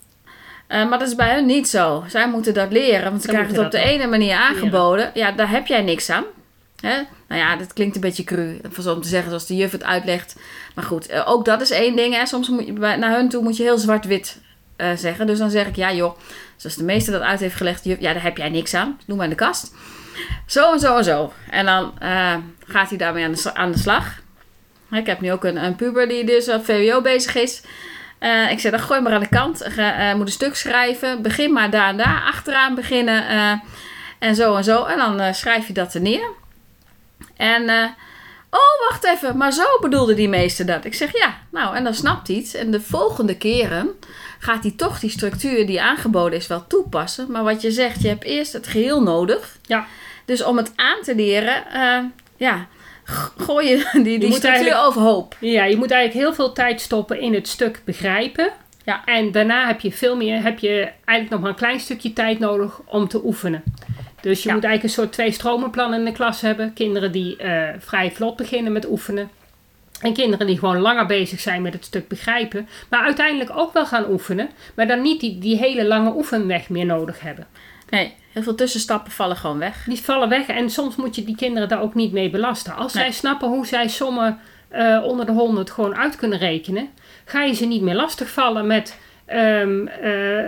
uh, maar dat is bij hun niet zo. Zij moeten dat leren, want ze dan krijgen het op de ene manier aangeboden. Leren. Ja, daar heb jij niks aan. Hè? Nou ja, dat klinkt een beetje cru. Om te zeggen zoals de juf het uitlegt. Maar goed, uh, ook dat is één ding. Hè. Soms moet je, naar hun toe moet je heel zwart-wit uh, zeggen. Dus dan zeg ik, ja joh, zoals de meester dat uit heeft gelegd. Juf, ja, daar heb jij niks aan. Doe maar in de kast. Zo en zo en zo. En dan uh, gaat hij daarmee aan de, aan de slag. Ik heb nu ook een, een puber die dus op V W O bezig is. Uh, ik zeg, dan gooi maar aan de kant. Je uh, moet een stuk schrijven. Begin maar daar en daar. Achteraan beginnen. Uh, en zo en zo. En dan uh, schrijf je dat er neer. En... Uh, oh, wacht even. Maar zo bedoelde die meester dat. Ik zeg, ja. Nou, en dan snapt hij het. En de volgende keren gaat hij toch die structuur die aangeboden is wel toepassen. Maar wat je zegt, je hebt eerst het geheel nodig. Ja. Dus om het aan te leren... Uh, ja... Gooi je die, die je structuur overhoop. Ja, je moet eigenlijk heel veel tijd stoppen in het stuk begrijpen. Ja. En daarna heb je veel meer, heb je eigenlijk nog maar een klein stukje tijd nodig om te oefenen. Dus je ja. moet eigenlijk een soort twee stromenplan in de klas hebben. Kinderen die uh, vrij vlot beginnen met oefenen. En kinderen die gewoon langer bezig zijn met het stuk begrijpen. Maar uiteindelijk ook wel gaan oefenen. Maar dan niet die, die hele lange oefenweg meer nodig hebben. Nee, heel veel tussenstappen vallen gewoon weg. Die vallen weg en soms moet je die kinderen daar ook niet mee belasten. Als nee. zij snappen hoe zij sommen uh, onder de honderd gewoon uit kunnen rekenen, ga je ze niet meer lastigvallen met Um, uh,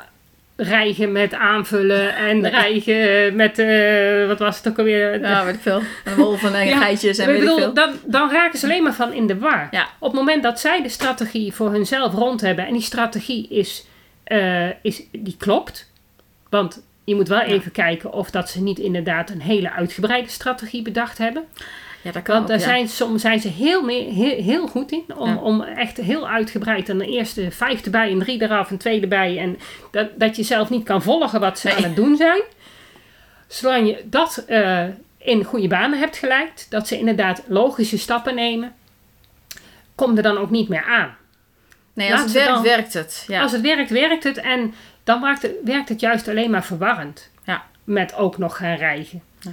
rijgen met aanvullen en nee. rijgen met, uh, wat was het ook alweer? Ja, weet ik veel. Wolven en ja, geitjes en weet bedoel, ik veel. Dan, dan raken ze alleen maar van in de war. Ja. Op het moment dat zij de strategie voor hunzelf rond hebben en die strategie is, uh, is die klopt, want je moet wel ja. even kijken of dat ze niet inderdaad een hele uitgebreide strategie bedacht hebben. Ja, dat kan Want daar ook, ja. zijn, soms zijn ze heel, mee, heel, heel goed in. Om, ja. om echt heel uitgebreid dan de eerste vijf erbij en drie eraf en twee erbij. En dat, dat je zelf niet kan volgen wat ze nee. aan het doen zijn. Zolang je dat uh, in goede banen hebt geleid. Dat ze inderdaad logische stappen nemen. Kom er dan ook niet meer aan. Nee, als Laat het werkt, dan, werkt het. Ja. Als het werkt, werkt het. En dan werkt het, werkt het juist alleen maar verwarrend. Ja. Met ook nog gaan rijgen. Ja.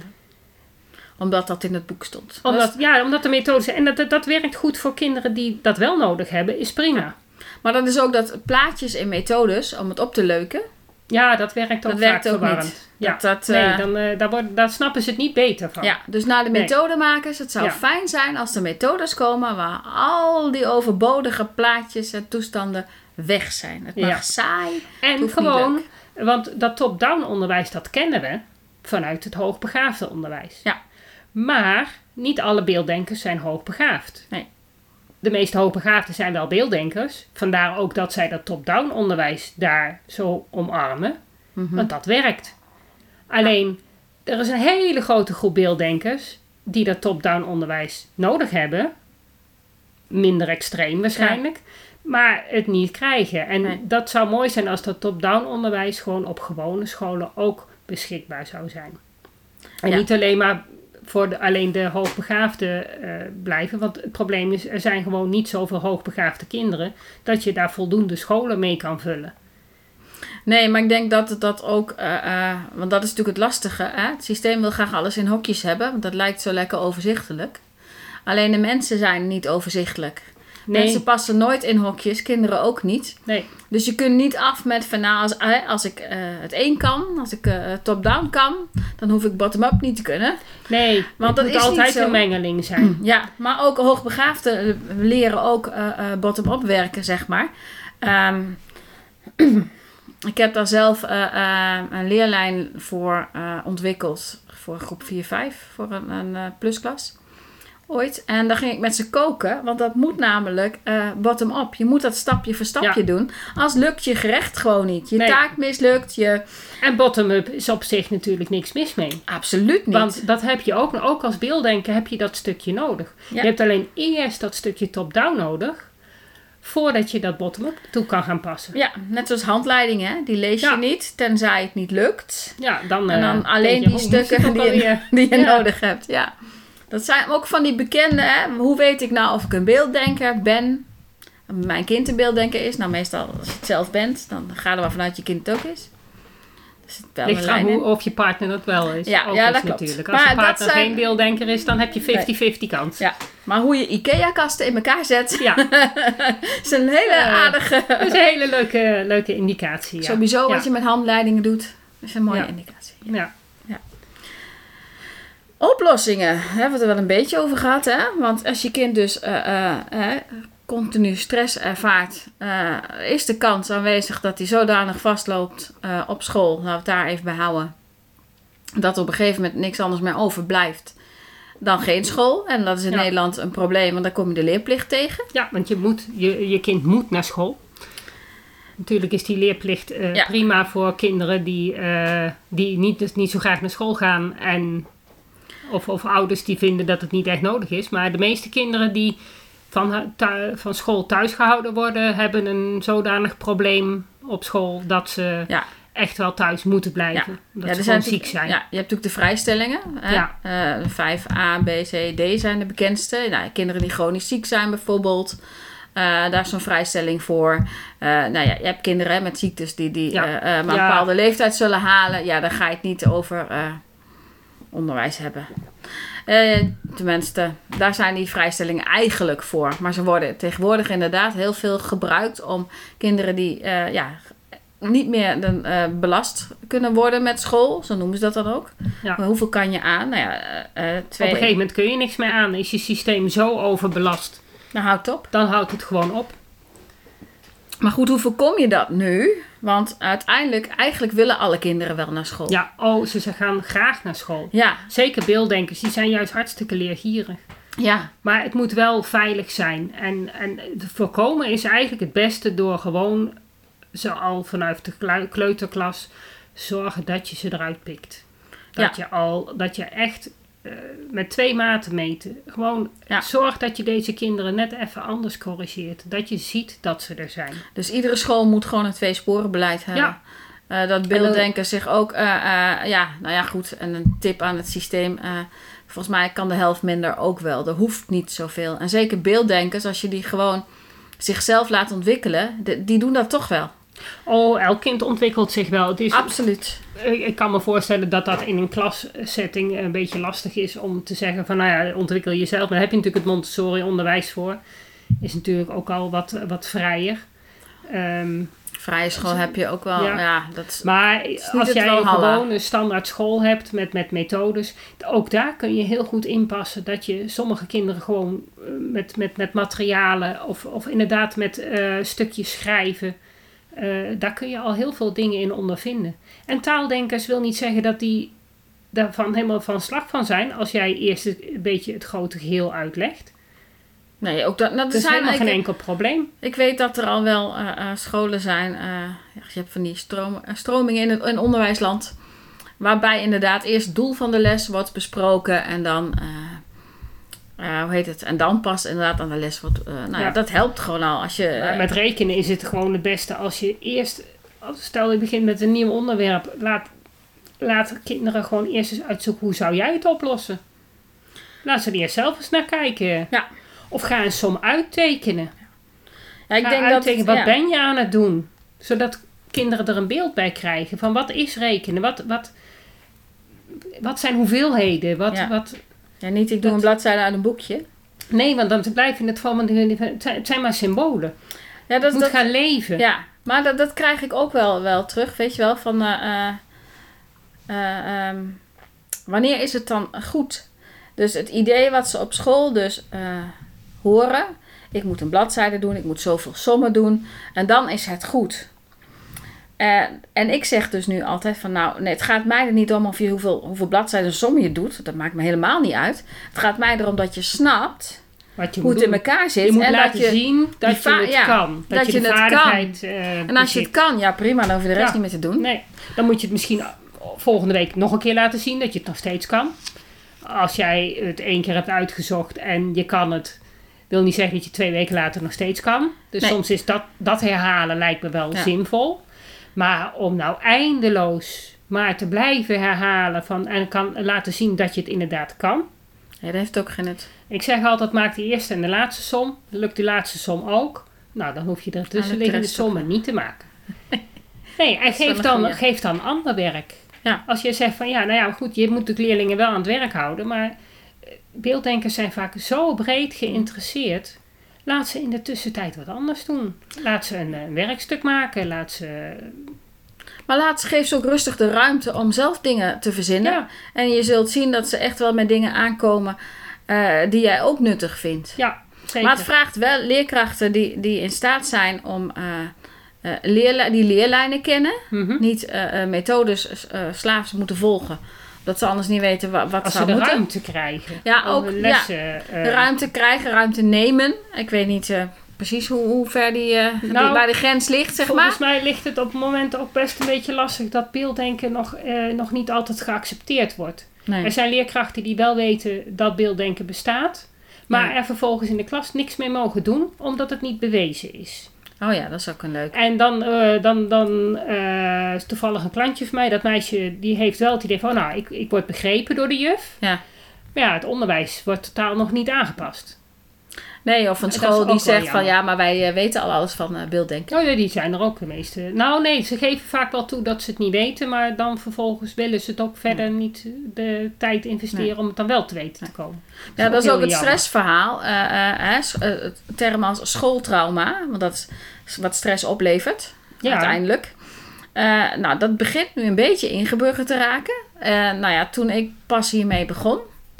Omdat dat in het boek stond. Omdat, ja, omdat de methodes... En dat, dat, dat werkt goed voor kinderen die dat wel nodig hebben, is prima. Ja. Maar dan is ook dat plaatjes en methodes om het op te leuken. Ja, dat werkt ook dat vaak werkt ook verwarrend. niet. Ja. Dat, dat, nee, uh, dan, uh, daar, wordt, daar snappen ze het niet beter van. Ja, dus naar de methodemakers. Het zou ja. fijn zijn als er methodes komen waar al die overbodige plaatjes en toestanden weg zijn. Het mag ja. saai. En gewoon, want dat top-down onderwijs, dat kennen we vanuit het hoogbegaafde onderwijs. Ja. Maar niet alle beelddenkers zijn hoogbegaafd. Nee. De meeste hoogbegaafden zijn wel beelddenkers. Vandaar ook dat zij dat top-down onderwijs daar zo omarmen. Mm-hmm. Want dat werkt. Alleen, ja. er is een hele grote groep beelddenkers die dat top-down onderwijs nodig hebben. Minder extreem waarschijnlijk. Ja. Maar het niet krijgen. En nee. dat zou mooi zijn als dat top-down onderwijs gewoon op gewone scholen ook beschikbaar zou zijn. En ja. niet alleen maar voor de, alleen de hoogbegaafden uh, blijven. Want het probleem is, er zijn gewoon niet zoveel hoogbegaafde kinderen dat je daar voldoende scholen mee kan vullen. Nee, maar ik denk dat dat ook, uh, uh, want dat is natuurlijk het lastige. Hè? Het systeem wil graag alles in hokjes hebben, want dat lijkt zo lekker overzichtelijk. Alleen de mensen zijn niet overzichtelijk. Nee. Mensen passen nooit in hokjes, kinderen ook niet. Nee. Dus je kunt niet af met van nou, als, als ik uh, het één kan, als ik uh, top-down kan, dan hoef ik bottom-up niet te kunnen. Nee, want dat moet is altijd een mengeling zijn. Ja, maar ook hoogbegaafden leren ook uh, uh, bottom-up werken, zeg maar. Um, ik heb daar zelf uh, uh, een leerlijn voor uh, ontwikkeld voor groep vier vijf, voor een, een uh, plusklas. Ooit. En dan ging ik met ze koken. Want dat moet namelijk uh, bottom-up. Je moet dat stapje voor stapje ja. doen. Als lukt je gerecht gewoon niet. Je nee. taak mislukt. Je... En bottom-up is op zich natuurlijk niks mis mee. Absoluut niet. Want dat heb je ook. Ook als beelddenker heb je dat stukje nodig. Ja. Je hebt alleen eerst dat stukje top-down nodig. Voordat je dat bottom-up toe kan gaan passen. Ja, net zoals handleidingen. Die lees je ja. niet. Tenzij het niet lukt. Ja, dan, en dan uh, alleen je, die stukken die je, die je ja. nodig hebt. Ja. Dat zijn ook van die bekende, hè? Hoe weet ik nou of ik een beelddenker ben? Mijn kind een beelddenker is. Nou, meestal als je het zelf bent, dan ga er wel vanuit je kind het ook is. Dus het wel ligt aan hoe, of je partner dat wel is. Ja, ook ja is dat klopt. Natuurlijk. Als maar je partner zijn... geen beelddenker is, dan heb je vijftig vijftig kans. Ja, maar hoe je IKEA-kasten in elkaar zet, ja. is een hele uh, aardige... Dat is een hele leuke, leuke indicatie. Ja. Sowieso ja. wat je met handleidingen doet, is een mooie ja. indicatie. Ja. ja. Oplossingen, daar hebben we het er wel een beetje over gehad, hè? Want als je kind dus uh, uh, uh, continu stress ervaart, uh, is de kans aanwezig dat hij zodanig vastloopt uh, op school, laten we het daar even bij houden, dat er op een gegeven moment niks anders meer overblijft dan geen school. En dat is in ja. Nederland een probleem, want dan kom je de leerplicht tegen. Ja, want je, moet, je, je kind moet naar school. Natuurlijk is die leerplicht uh, ja. prima voor kinderen die, uh, die niet, dus niet zo graag naar school gaan en... Of, of ouders die vinden dat het niet echt nodig is. Maar de meeste kinderen die van, thu- van school thuis gehouden worden... hebben een zodanig probleem op school dat ze ja. echt wel thuis moeten blijven. Ja. Dat ja, ze gewoon ziek zijn. Ja, je hebt natuurlijk de vrijstellingen. Hè? Ja. Uh, vijf A, B, C, D zijn de bekendste. Nou, kinderen die chronisch ziek zijn bijvoorbeeld... Uh, daar is zo'n vrijstelling voor. Uh, nou ja, je hebt kinderen hè, met ziektes die, die ja. uh, uh, maar een ja. bepaalde leeftijd zullen halen. Ja, daar ga je het niet over... Uh, onderwijs hebben. Uh, tenminste, daar zijn die vrijstellingen eigenlijk voor. Maar ze worden tegenwoordig inderdaad heel veel gebruikt om kinderen die uh, ja, niet meer uh, belast kunnen worden met school. Zo noemen ze dat dan ook. Ja. Maar hoeveel kan je aan? Nou ja, uh, twee... Op een gegeven moment kun je niks meer aan. Is je systeem zo overbelast. Dan houdt het op. Dan houdt het gewoon op. Maar goed, hoe voorkom je dat nu? Want uiteindelijk, eigenlijk willen alle kinderen wel naar school. Ja, oh, ze, ze gaan graag naar school. Ja. Zeker beelddenkers, die zijn juist hartstikke leergierig. Ja. Maar het moet wel veilig zijn. En, en voorkomen is eigenlijk het beste door gewoon, zo al vanuit de kleuterklas, zorgen dat je ze eruit pikt. Dat Ja. je al, dat je echt uh, met twee maten meten. Gewoon Ja. zorg dat je deze kinderen net even anders corrigeert. Dat je ziet dat ze er zijn. Dus iedere school moet gewoon een tweesporenbeleid hebben. Ja. Uh, dat beelddenkers zich ook, uh, uh, ja, nou ja, goed. En een tip aan het systeem. Uh, volgens mij kan de helft minder ook wel. Er hoeft niet zoveel. En zeker beelddenkers, als je die gewoon zichzelf laat ontwikkelen, de, die doen dat toch wel. Oh, elk kind ontwikkelt zich wel. Het is, Absoluut. Ik, ik kan me voorstellen dat dat in een klassetting een beetje lastig is om te zeggen van, nou ja, ontwikkel jezelf. Maar daar heb je natuurlijk het Montessori onderwijs voor. Is natuurlijk ook al wat, wat vrijer. Um, Vrije school heb je ook wel. Ja. Ja, dat maar als jij Valhalla. gewoon een standaard school hebt met, met methodes, ook daar kun je heel goed inpassen dat je sommige kinderen gewoon met, met, met materialen of, of inderdaad met uh, stukjes schrijven, uh, daar kun je al heel veel dingen in ondervinden. En taaldenkers wil niet zeggen dat die daarvan helemaal van slag van zijn als jij eerst een beetje het grote geheel uitlegt. Nee, ook dat, nou, dat is zijn helemaal geen ik, enkel probleem. Ik weet dat er al wel uh, uh, scholen zijn. Uh, ja, je hebt van die stroom, uh, stromingen in het in onderwijsland. Waarbij inderdaad eerst het doel van de les wordt besproken. En dan, uh, uh, hoe heet het? En dan pas inderdaad aan de les wordt. Uh, nou ja. ja, dat helpt gewoon al. Als je, uh, met rekenen is het gewoon het beste als je eerst, stel je begint met een nieuw onderwerp. Laat, laat kinderen gewoon eerst eens uitzoeken hoe zou jij het oplossen. Laat ze er eerst zelf eens naar kijken. Ja. Of ga een som uittekenen. Ja, ik ga denk uittekenen, dat, wat ja. ben je aan het doen? Zodat kinderen er een beeld bij krijgen van wat is rekenen? Wat, wat, wat zijn hoeveelheden? Wat, Ja. wat, ja, niet ik doe dat, een bladzijde uit een boekje. Nee, want dan blijf je in het van, het zijn maar symbolen. Ja, dat, je moet dat, gaan leven. Ja, maar dat, dat krijg ik ook wel, wel terug, weet je wel. Van, uh, uh, uh, um, wanneer is het dan goed? Dus het idee wat ze op school dus uh, horen. Ik moet een bladzijde doen, ik moet zoveel sommen doen. En dan is het goed. Uh, en ik zeg dus nu altijd van nou, nee, het gaat mij er niet om of je hoeveel, hoeveel bladzijden sommen je doet. Dat maakt me helemaal niet uit. Het gaat mij erom dat je snapt wat je hoe moet het doen. in elkaar zit. Je moet en laten dat je zien dat je va- het ja, kan. Dat, dat je, je de het vaardigheid uh, En als je het kan, ja prima, dan hoef je de rest ja. niet meer te doen. Nee, dan moet je het misschien volgende week nog een keer laten zien dat je het nog steeds kan. Als jij het één keer hebt uitgezocht en je kan het, wil niet zeggen dat je twee weken later nog steeds kan. Dus nee. soms is dat, dat herhalen lijkt me wel ja. zinvol. Maar om nou eindeloos maar te blijven herhalen van, en kan laten zien dat je het inderdaad kan. Ja, dat heeft ook geen nut. Ik zeg altijd, maak die eerste en de laatste som. Lukt die laatste som ook? Nou, dan hoef je er tussenliggende sommen niet te maken. Nee, en geef dan, geef dan ander werk. Ja. Als je zegt van, ja, nou ja, goed, je moet de leerlingen wel aan het werk houden, maar beelddenkers zijn vaak zo breed geïnteresseerd. Laat ze in de tussentijd wat anders doen. Laat ze een, een werkstuk maken, laat ze... Maar laat, geef ze ook rustig de ruimte om zelf dingen te verzinnen. Ja. En je zult zien dat ze echt wel met dingen aankomen uh, die jij ook nuttig vindt. Ja, zeker. Maar het vraagt wel leerkrachten die, die in staat zijn om uh, uh, leerli- die leerlijnen kennen. Mm-hmm. Niet uh, uh, methodes uh, slaafs moeten volgen. Dat ze anders niet weten wat, wat Als zou ze de moeten. ruimte krijgen. Ja, ook lessen, ja, uh, ruimte krijgen, ruimte nemen. Ik weet niet uh, precies hoe, hoe ver die, uh, nou, die bij de grens ligt, zeg volgens maar. mij ligt het op het moment ook best een beetje lastig dat beelddenken nog, uh, nog niet altijd geaccepteerd wordt. Nee. Er zijn leerkrachten die wel weten dat beelddenken bestaat, maar ja. er vervolgens in de klas niks mee mogen doen, omdat het niet bewezen is. Oh ja, dat is ook een leuk. En dan, uh, dan, dan uh, is toevallig een klantje van mij, dat meisje, die heeft wel het idee van, nou, ik, ik word begrepen door de juf. Ja. Maar ja, het onderwijs wordt totaal nog niet aangepast. Nee, of een school die zegt van, ja, maar wij uh, weten al alles van uh, beelddenken. Oh ja, die zijn er ook de meeste. Nou nee, ze geven vaak wel toe dat ze het niet weten, maar dan vervolgens willen ze het ook verder niet de tijd investeren nee. om het dan wel te weten te komen. Dat ja, is dat is ook het jammer. Stressverhaal. Uh, uh, uh, term als schooltrauma, want dat is wat stress oplevert, ja. uiteindelijk. Uh, nou, dat begint nu een beetje ingeburgerd te raken. Uh, nou ja, toen ik pas hiermee begon,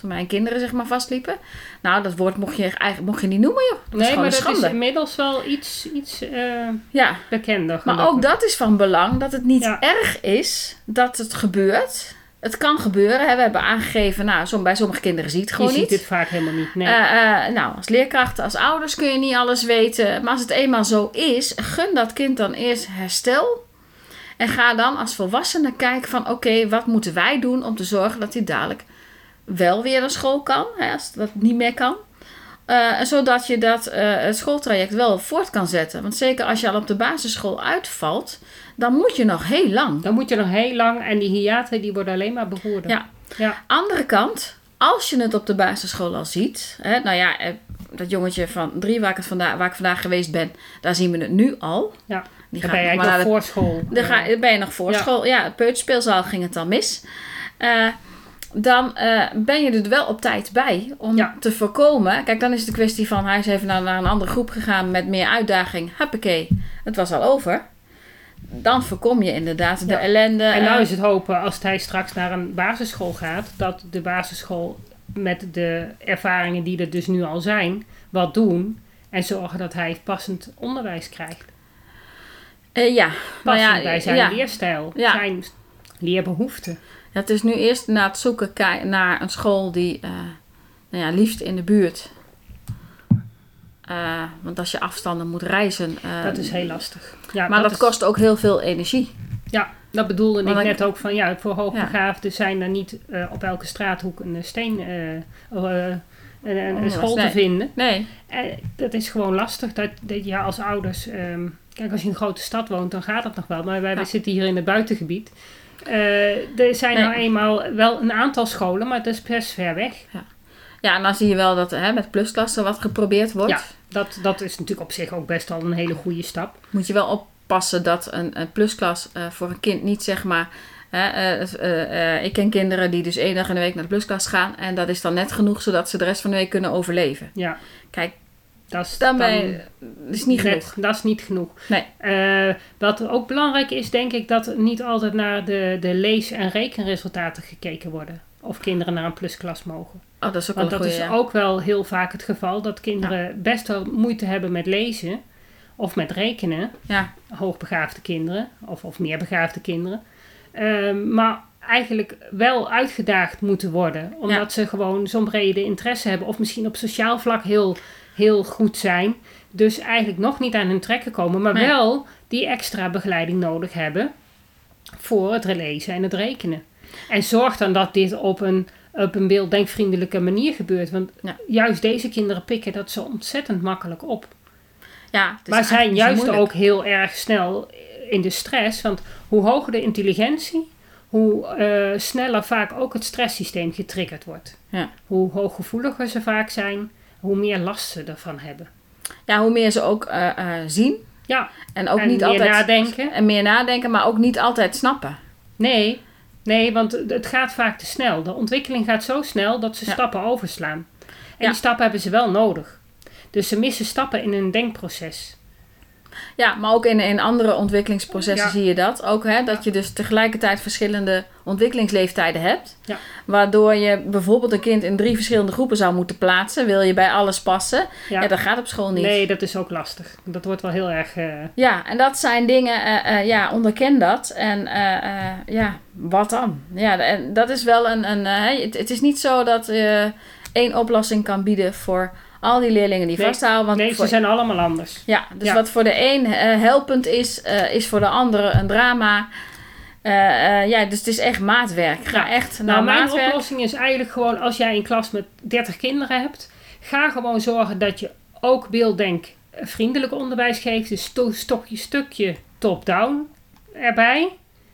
Toen mijn kinderen zeg maar vastliepen. Nou, dat woord mocht je eigenlijk mocht je niet noemen, joh. Dat nee, is maar dat schande. is inmiddels wel iets, iets uh, ja. bekender. Maar gelukkig. ook dat is van belang. Dat het niet ja. erg is dat het gebeurt. Het kan gebeuren. Hè. We hebben aangegeven, nou, som, bij sommige kinderen zie je het gewoon je niet. Je ziet het vaak helemaal niet, nee. Uh, uh, nou, als leerkrachten, als ouders kun je niet alles weten. Maar als het eenmaal zo is, gun dat kind dan eerst herstel. En ga dan als volwassene kijken van, oké, okay, wat moeten wij doen om te zorgen dat hij dadelijk wel weer naar school kan. Hè, als dat niet meer kan. Uh, zodat je dat uh, het schooltraject wel voort kan zetten. Want zeker als je al op de basisschool uitvalt, dan moet je nog heel lang. Dan moet je nog heel lang en die hiaten die worden alleen maar bevoordeeld. Ja. ja. Andere kant, als je het op de basisschool al ziet. Hè, nou ja, dat jongetje van drie waar ik, het vandaag, waar ik vandaag geweest ben, daar zien we het nu al. Ja. Die dan ben je eigenlijk nog voor school. Dan ga, ben je nog voor ja. school. Ja, het peuterspeelzaal ging het dan mis. Uh, dan uh, ben je er wel op tijd bij om ja. te voorkomen. Kijk, dan is het een kwestie van, hij is even naar, naar een andere groep gegaan met meer uitdaging. Huppakee, het was al over. Dan voorkom je inderdaad ja. de ellende. En nou is het hopen, als hij straks naar een basisschool gaat, dat de basisschool met de ervaringen die er dus nu al zijn, wat doen. En zorgen dat hij passend onderwijs krijgt. Uh, ja. Passend nou ja, bij zijn ja. leerstijl, ja. zijn leerbehoeften. Ja, het is nu eerst naar het zoeken naar een school die uh, nou ja, liefst in de buurt. Uh, want als je afstanden moet reizen. Uh, dat is heel lastig. Ja, maar dat, dat is... kost ook heel veel energie. Ja, dat bedoelde want ik dan... net ook van ja, voor hoogbegaafden ja. zijn er niet uh, op elke straathoek een steen, uh, uh, een, een, een school nee. te vinden. Nee. En dat is gewoon lastig dat, dat je als ouders, um, kijk als je in een grote stad woont dan gaat dat nog wel. Maar wij ja. zitten hier in het buitengebied. Uh, er zijn nee. nou eenmaal wel een aantal scholen, maar dat is best ver weg. Ja, ja en dan zie je wel dat hè, met plusklassen wat geprobeerd wordt. Ja, dat, dat is natuurlijk op zich ook best wel een hele goede stap. Moet je wel oppassen dat een, een plusklas uh, voor een kind niet zeg maar... Hè, uh, uh, uh, ik ken kinderen die dus één dag in de week naar de plusklas gaan. En dat is dan net genoeg zodat ze de rest van de week kunnen overleven. Ja. Kijk, dat is, dan dan je, dat is niet net, genoeg. Dat is niet genoeg. Nee. Uh, wat ook belangrijk is, denk ik, dat niet altijd naar de, de lees- en rekenresultaten gekeken worden. Of kinderen naar een plusklas mogen. Oh, dat is ook Want wel dat goeie, is ja. ook wel heel vaak het geval dat kinderen ja. best wel moeite hebben met lezen of met rekenen. Ja. Hoogbegaafde kinderen of, of meer begaafde kinderen. Uh, maar eigenlijk wel uitgedaagd moeten worden. Omdat ja. ze gewoon zo'n brede interesse hebben. Of misschien op sociaal vlak heel, heel goed zijn. Dus eigenlijk nog niet aan hun trekken komen. Maar nee. wel die extra begeleiding nodig hebben voor het lezen en het rekenen. En zorg dan dat dit op een, op een beelddenkvriendelijke manier gebeurt. Want ja. juist deze kinderen pikken dat zo ontzettend makkelijk op. Ja, maar zijn juist ook heel erg snel in de stress. Want hoe hoger de intelligentie, hoe uh, sneller vaak ook het stresssysteem getriggerd wordt. Ja. Hoe hooggevoeliger ze vaak zijn, hoe meer last ze ervan hebben. Ja, hoe meer ze ook uh, uh, zien. Ja, en ook en niet meer altijd nadenken. En meer nadenken, maar ook niet altijd snappen. Nee, nee, want het gaat vaak te snel. De ontwikkeling gaat zo snel dat ze ja. stappen overslaan. En ja. die stappen hebben ze wel nodig. Dus ze missen stappen in hun denkproces. Ja, maar ook in, in andere ontwikkelingsprocessen ja. zie je dat. Ook hè, dat ja. je dus tegelijkertijd verschillende ontwikkelingsleeftijden hebt. Ja. Waardoor je bijvoorbeeld een kind in drie verschillende groepen zou moeten plaatsen. Wil je bij alles passen? Ja, ja dat gaat op school niet. Nee, dat is ook lastig. Dat wordt wel heel erg... Uh... Ja, en dat zijn dingen, uh, uh, ja, onderken dat. En uh, uh, ja, wat dan? Ja, en dat is wel een... een uh, het, het is niet zo dat je uh, één oplossing kan bieden voor... al die leerlingen die nee, vasthouden. Want nee, voor, ze zijn allemaal anders. Ja, dus ja. wat voor de een uh, helpend is, uh, is voor de andere een drama. Uh, uh, ja, dus het is echt maatwerk. Ga ja. echt naar nou, mijn maatwerk. oplossing is eigenlijk gewoon, als jij een klas met dertig kinderen hebt, ga gewoon zorgen dat je ook beelddenkvriendelijk onderwijs geeft. Dus sto- stokje, stukje top-down erbij.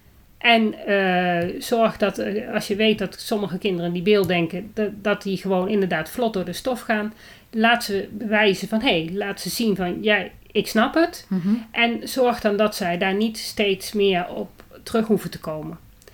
En uh, zorg dat, uh, als je weet dat sommige kinderen die beelddenken, dat, dat die gewoon inderdaad vlot door de stof gaan. Laat ze bewijzen van, hé, hey, laat ze zien van, ja, ik snap het. Mm-hmm. En zorg dan dat zij daar niet steeds meer op terug hoeven te komen.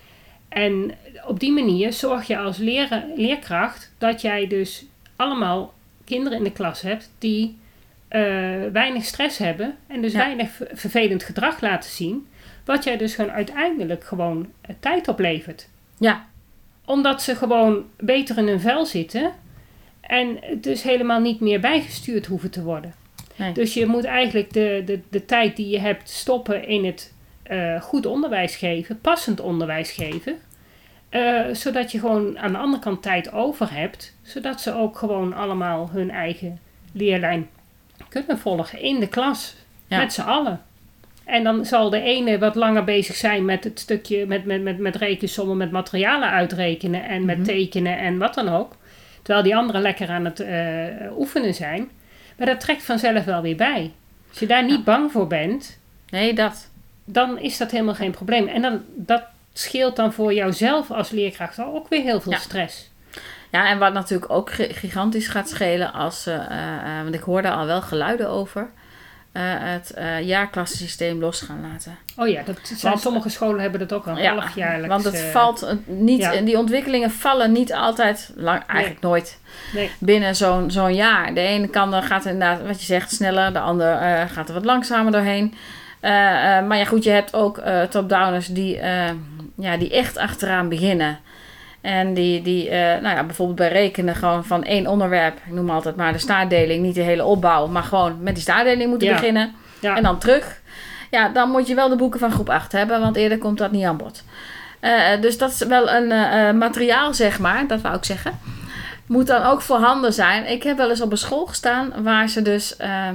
En op die manier zorg je als leren, leerkracht dat jij dus allemaal kinderen in de klas hebt die uh, weinig stress hebben en dus ja. weinig v- vervelend gedrag laten zien. Wat jij dus gewoon uiteindelijk gewoon uh, tijd oplevert. Ja. omdat ze gewoon beter in hun vel zitten en dus helemaal niet meer bijgestuurd hoeven te worden. Nee. Dus je moet eigenlijk de, de, de tijd die je hebt stoppen in het uh, goed onderwijs geven, passend onderwijs geven. Uh, zodat je gewoon aan de andere kant tijd over hebt, zodat ze ook gewoon allemaal hun eigen leerlijn kunnen volgen in de klas, ja. met z'n allen. En dan zal de ene wat langer bezig zijn met het stukje, met, met, met, met rekensommen, met materialen uitrekenen en mm-hmm. met tekenen en wat dan ook. Terwijl die anderen lekker aan het uh, oefenen zijn. Maar dat trekt vanzelf wel weer bij. Als je daar niet ja. bang voor bent, nee, dat. dan is dat helemaal geen probleem. En dan, dat scheelt dan voor jouzelf als leerkracht ook weer heel veel ja. stress. Ja, en wat natuurlijk ook gigantisch gaat schelen als, uh, uh, want ik hoorde al wel geluiden over, uh, het uh, jaarklassensysteem los gaan laten. Oh ja, dat zijn, want, sommige scholen hebben dat ook al ja, halfjaarlijks. Want het uh, valt niet, ja. die ontwikkelingen vallen niet altijd, lang, eigenlijk nee. nooit, nee. binnen zo'n, zo'n jaar. De ene kan, dan gaat inderdaad, wat je zegt, sneller, de ander uh, gaat er wat langzamer doorheen. Uh, uh, maar ja goed, je hebt ook uh, top-downers die, uh, ja, die echt achteraan beginnen. En die, die uh, nou ja, bijvoorbeeld bij rekenen gewoon van één onderwerp, ik noem altijd maar de staartdeling, niet de hele opbouw, maar gewoon met die staartdeling moeten ja. beginnen. Ja. En dan terug. Ja, dan moet je wel de boeken van groep acht hebben, want eerder komt dat niet aan bod. Uh, dus dat is wel een uh, materiaal, zeg maar, dat wou ik zeggen. Moet dan ook voorhanden zijn. Ik heb wel eens op een school gestaan waar ze dus uh,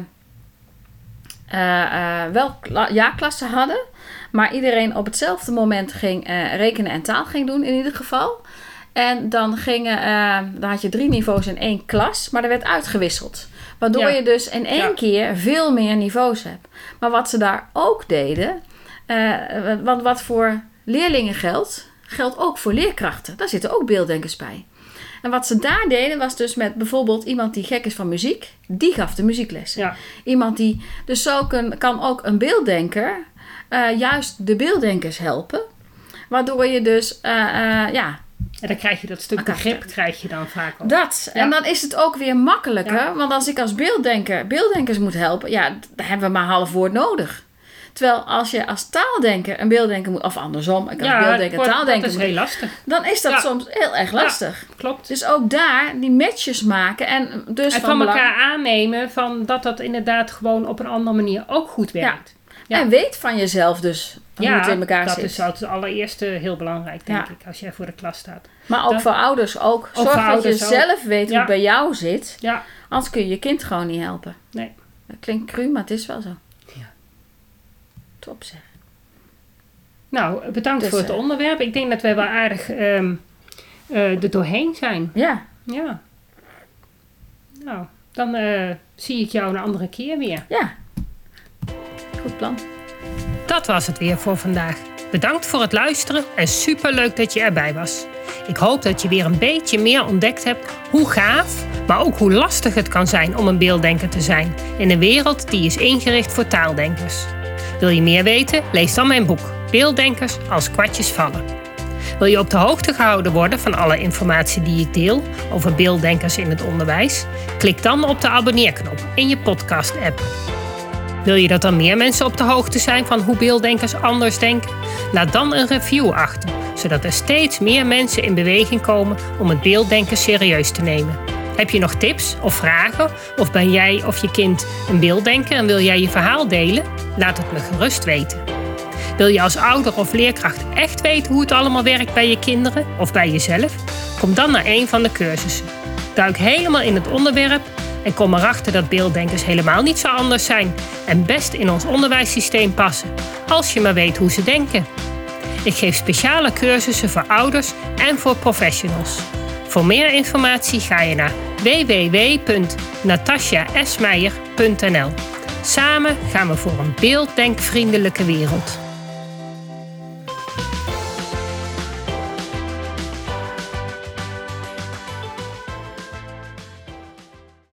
uh, uh, wel kla- jaarklassen hadden, maar iedereen op hetzelfde moment ging uh, rekenen en taal ging doen in ieder geval. En dan gingen, uh, dan had je drie niveaus in één klas, maar er werd uitgewisseld. Waardoor ja. je dus in één ja. keer veel meer niveaus hebt. Maar wat ze daar ook deden, uh, want wat voor leerlingen geldt, geldt ook voor leerkrachten. Daar zitten ook beelddenkers bij. En wat ze daar deden was dus met bijvoorbeeld iemand die gek is van muziek, die gaf de muzieklessen. Ja. Iemand die, dus zo kan, kan ook een beelddenker uh, juist de beelddenkers helpen. Waardoor je dus, uh, uh, ja... En dan krijg je dat stuk begrip krijg je dan vaak ook. Dat. Ja. En dan is het ook weer makkelijker. Ja. Want als ik als beelddenker beelddenkers moet helpen, ja, dan hebben we maar half woord nodig. Terwijl als je als taaldenker een beelddenker moet, of andersom, ik als ja, beelddenker een taaldenker dat is moet, heel lastig. Dan is dat ja. soms heel erg lastig. Ja, klopt. Dus ook daar die matches maken en dus en van, van elkaar belang... aannemen van dat dat inderdaad gewoon op een andere manier ook goed werkt. Ja. Ja. En weet van jezelf dus hoe ja, het in elkaar dat zit. Is het allereerste heel belangrijk, denk ja. ik, als jij voor de klas staat. Maar ook dat, voor ouders ook. Zorg dat ouders je zelf ook. weet hoe ja. het bij jou zit. Ja. Anders kun je je kind gewoon niet helpen. Nee. Dat klinkt cru, maar het is wel zo. Ja. Top zeg. Nou, bedankt dus, voor het uh, onderwerp. Ik denk dat wij wel aardig um, uh, er doorheen zijn. Ja. Ja. Nou, dan uh, zie ik jou een andere keer weer. Ja. Goed plan. Dat was het weer voor vandaag. Bedankt voor het luisteren en superleuk dat je erbij was. Ik hoop dat je weer een beetje meer ontdekt hebt hoe gaaf, maar ook hoe lastig het kan zijn om een beelddenker te zijn in een wereld die is ingericht voor taaldenkers. Wil je meer weten? Lees dan mijn boek Beelddenkers als kwartjes vallen. Wil je op de hoogte gehouden worden van alle informatie die ik deel over beelddenkers in het onderwijs? Klik dan op de abonneerknop in je podcast-app. Wil je dat dan meer mensen op de hoogte zijn van hoe beelddenkers anders denken? Laat dan een review achter, zodat er steeds meer mensen in beweging komen om het beelddenken serieus te nemen. Heb je nog tips of vragen? Of ben jij of je kind een beelddenker en wil jij je verhaal delen? Laat het me gerust weten. Wil je als ouder of leerkracht echt weten hoe het allemaal werkt bij je kinderen of bij jezelf? Kom dan naar een van de cursussen. Duik helemaal in het onderwerp en kom erachter dat beelddenkers helemaal niet zo anders zijn en best in ons onderwijssysteem passen, als je maar weet hoe ze denken. Ik geef speciale cursussen voor ouders en voor professionals. Voor meer informatie ga je naar w w w punt natasja esmeijer punt n l. Samen gaan we voor een beelddenkvriendelijke wereld.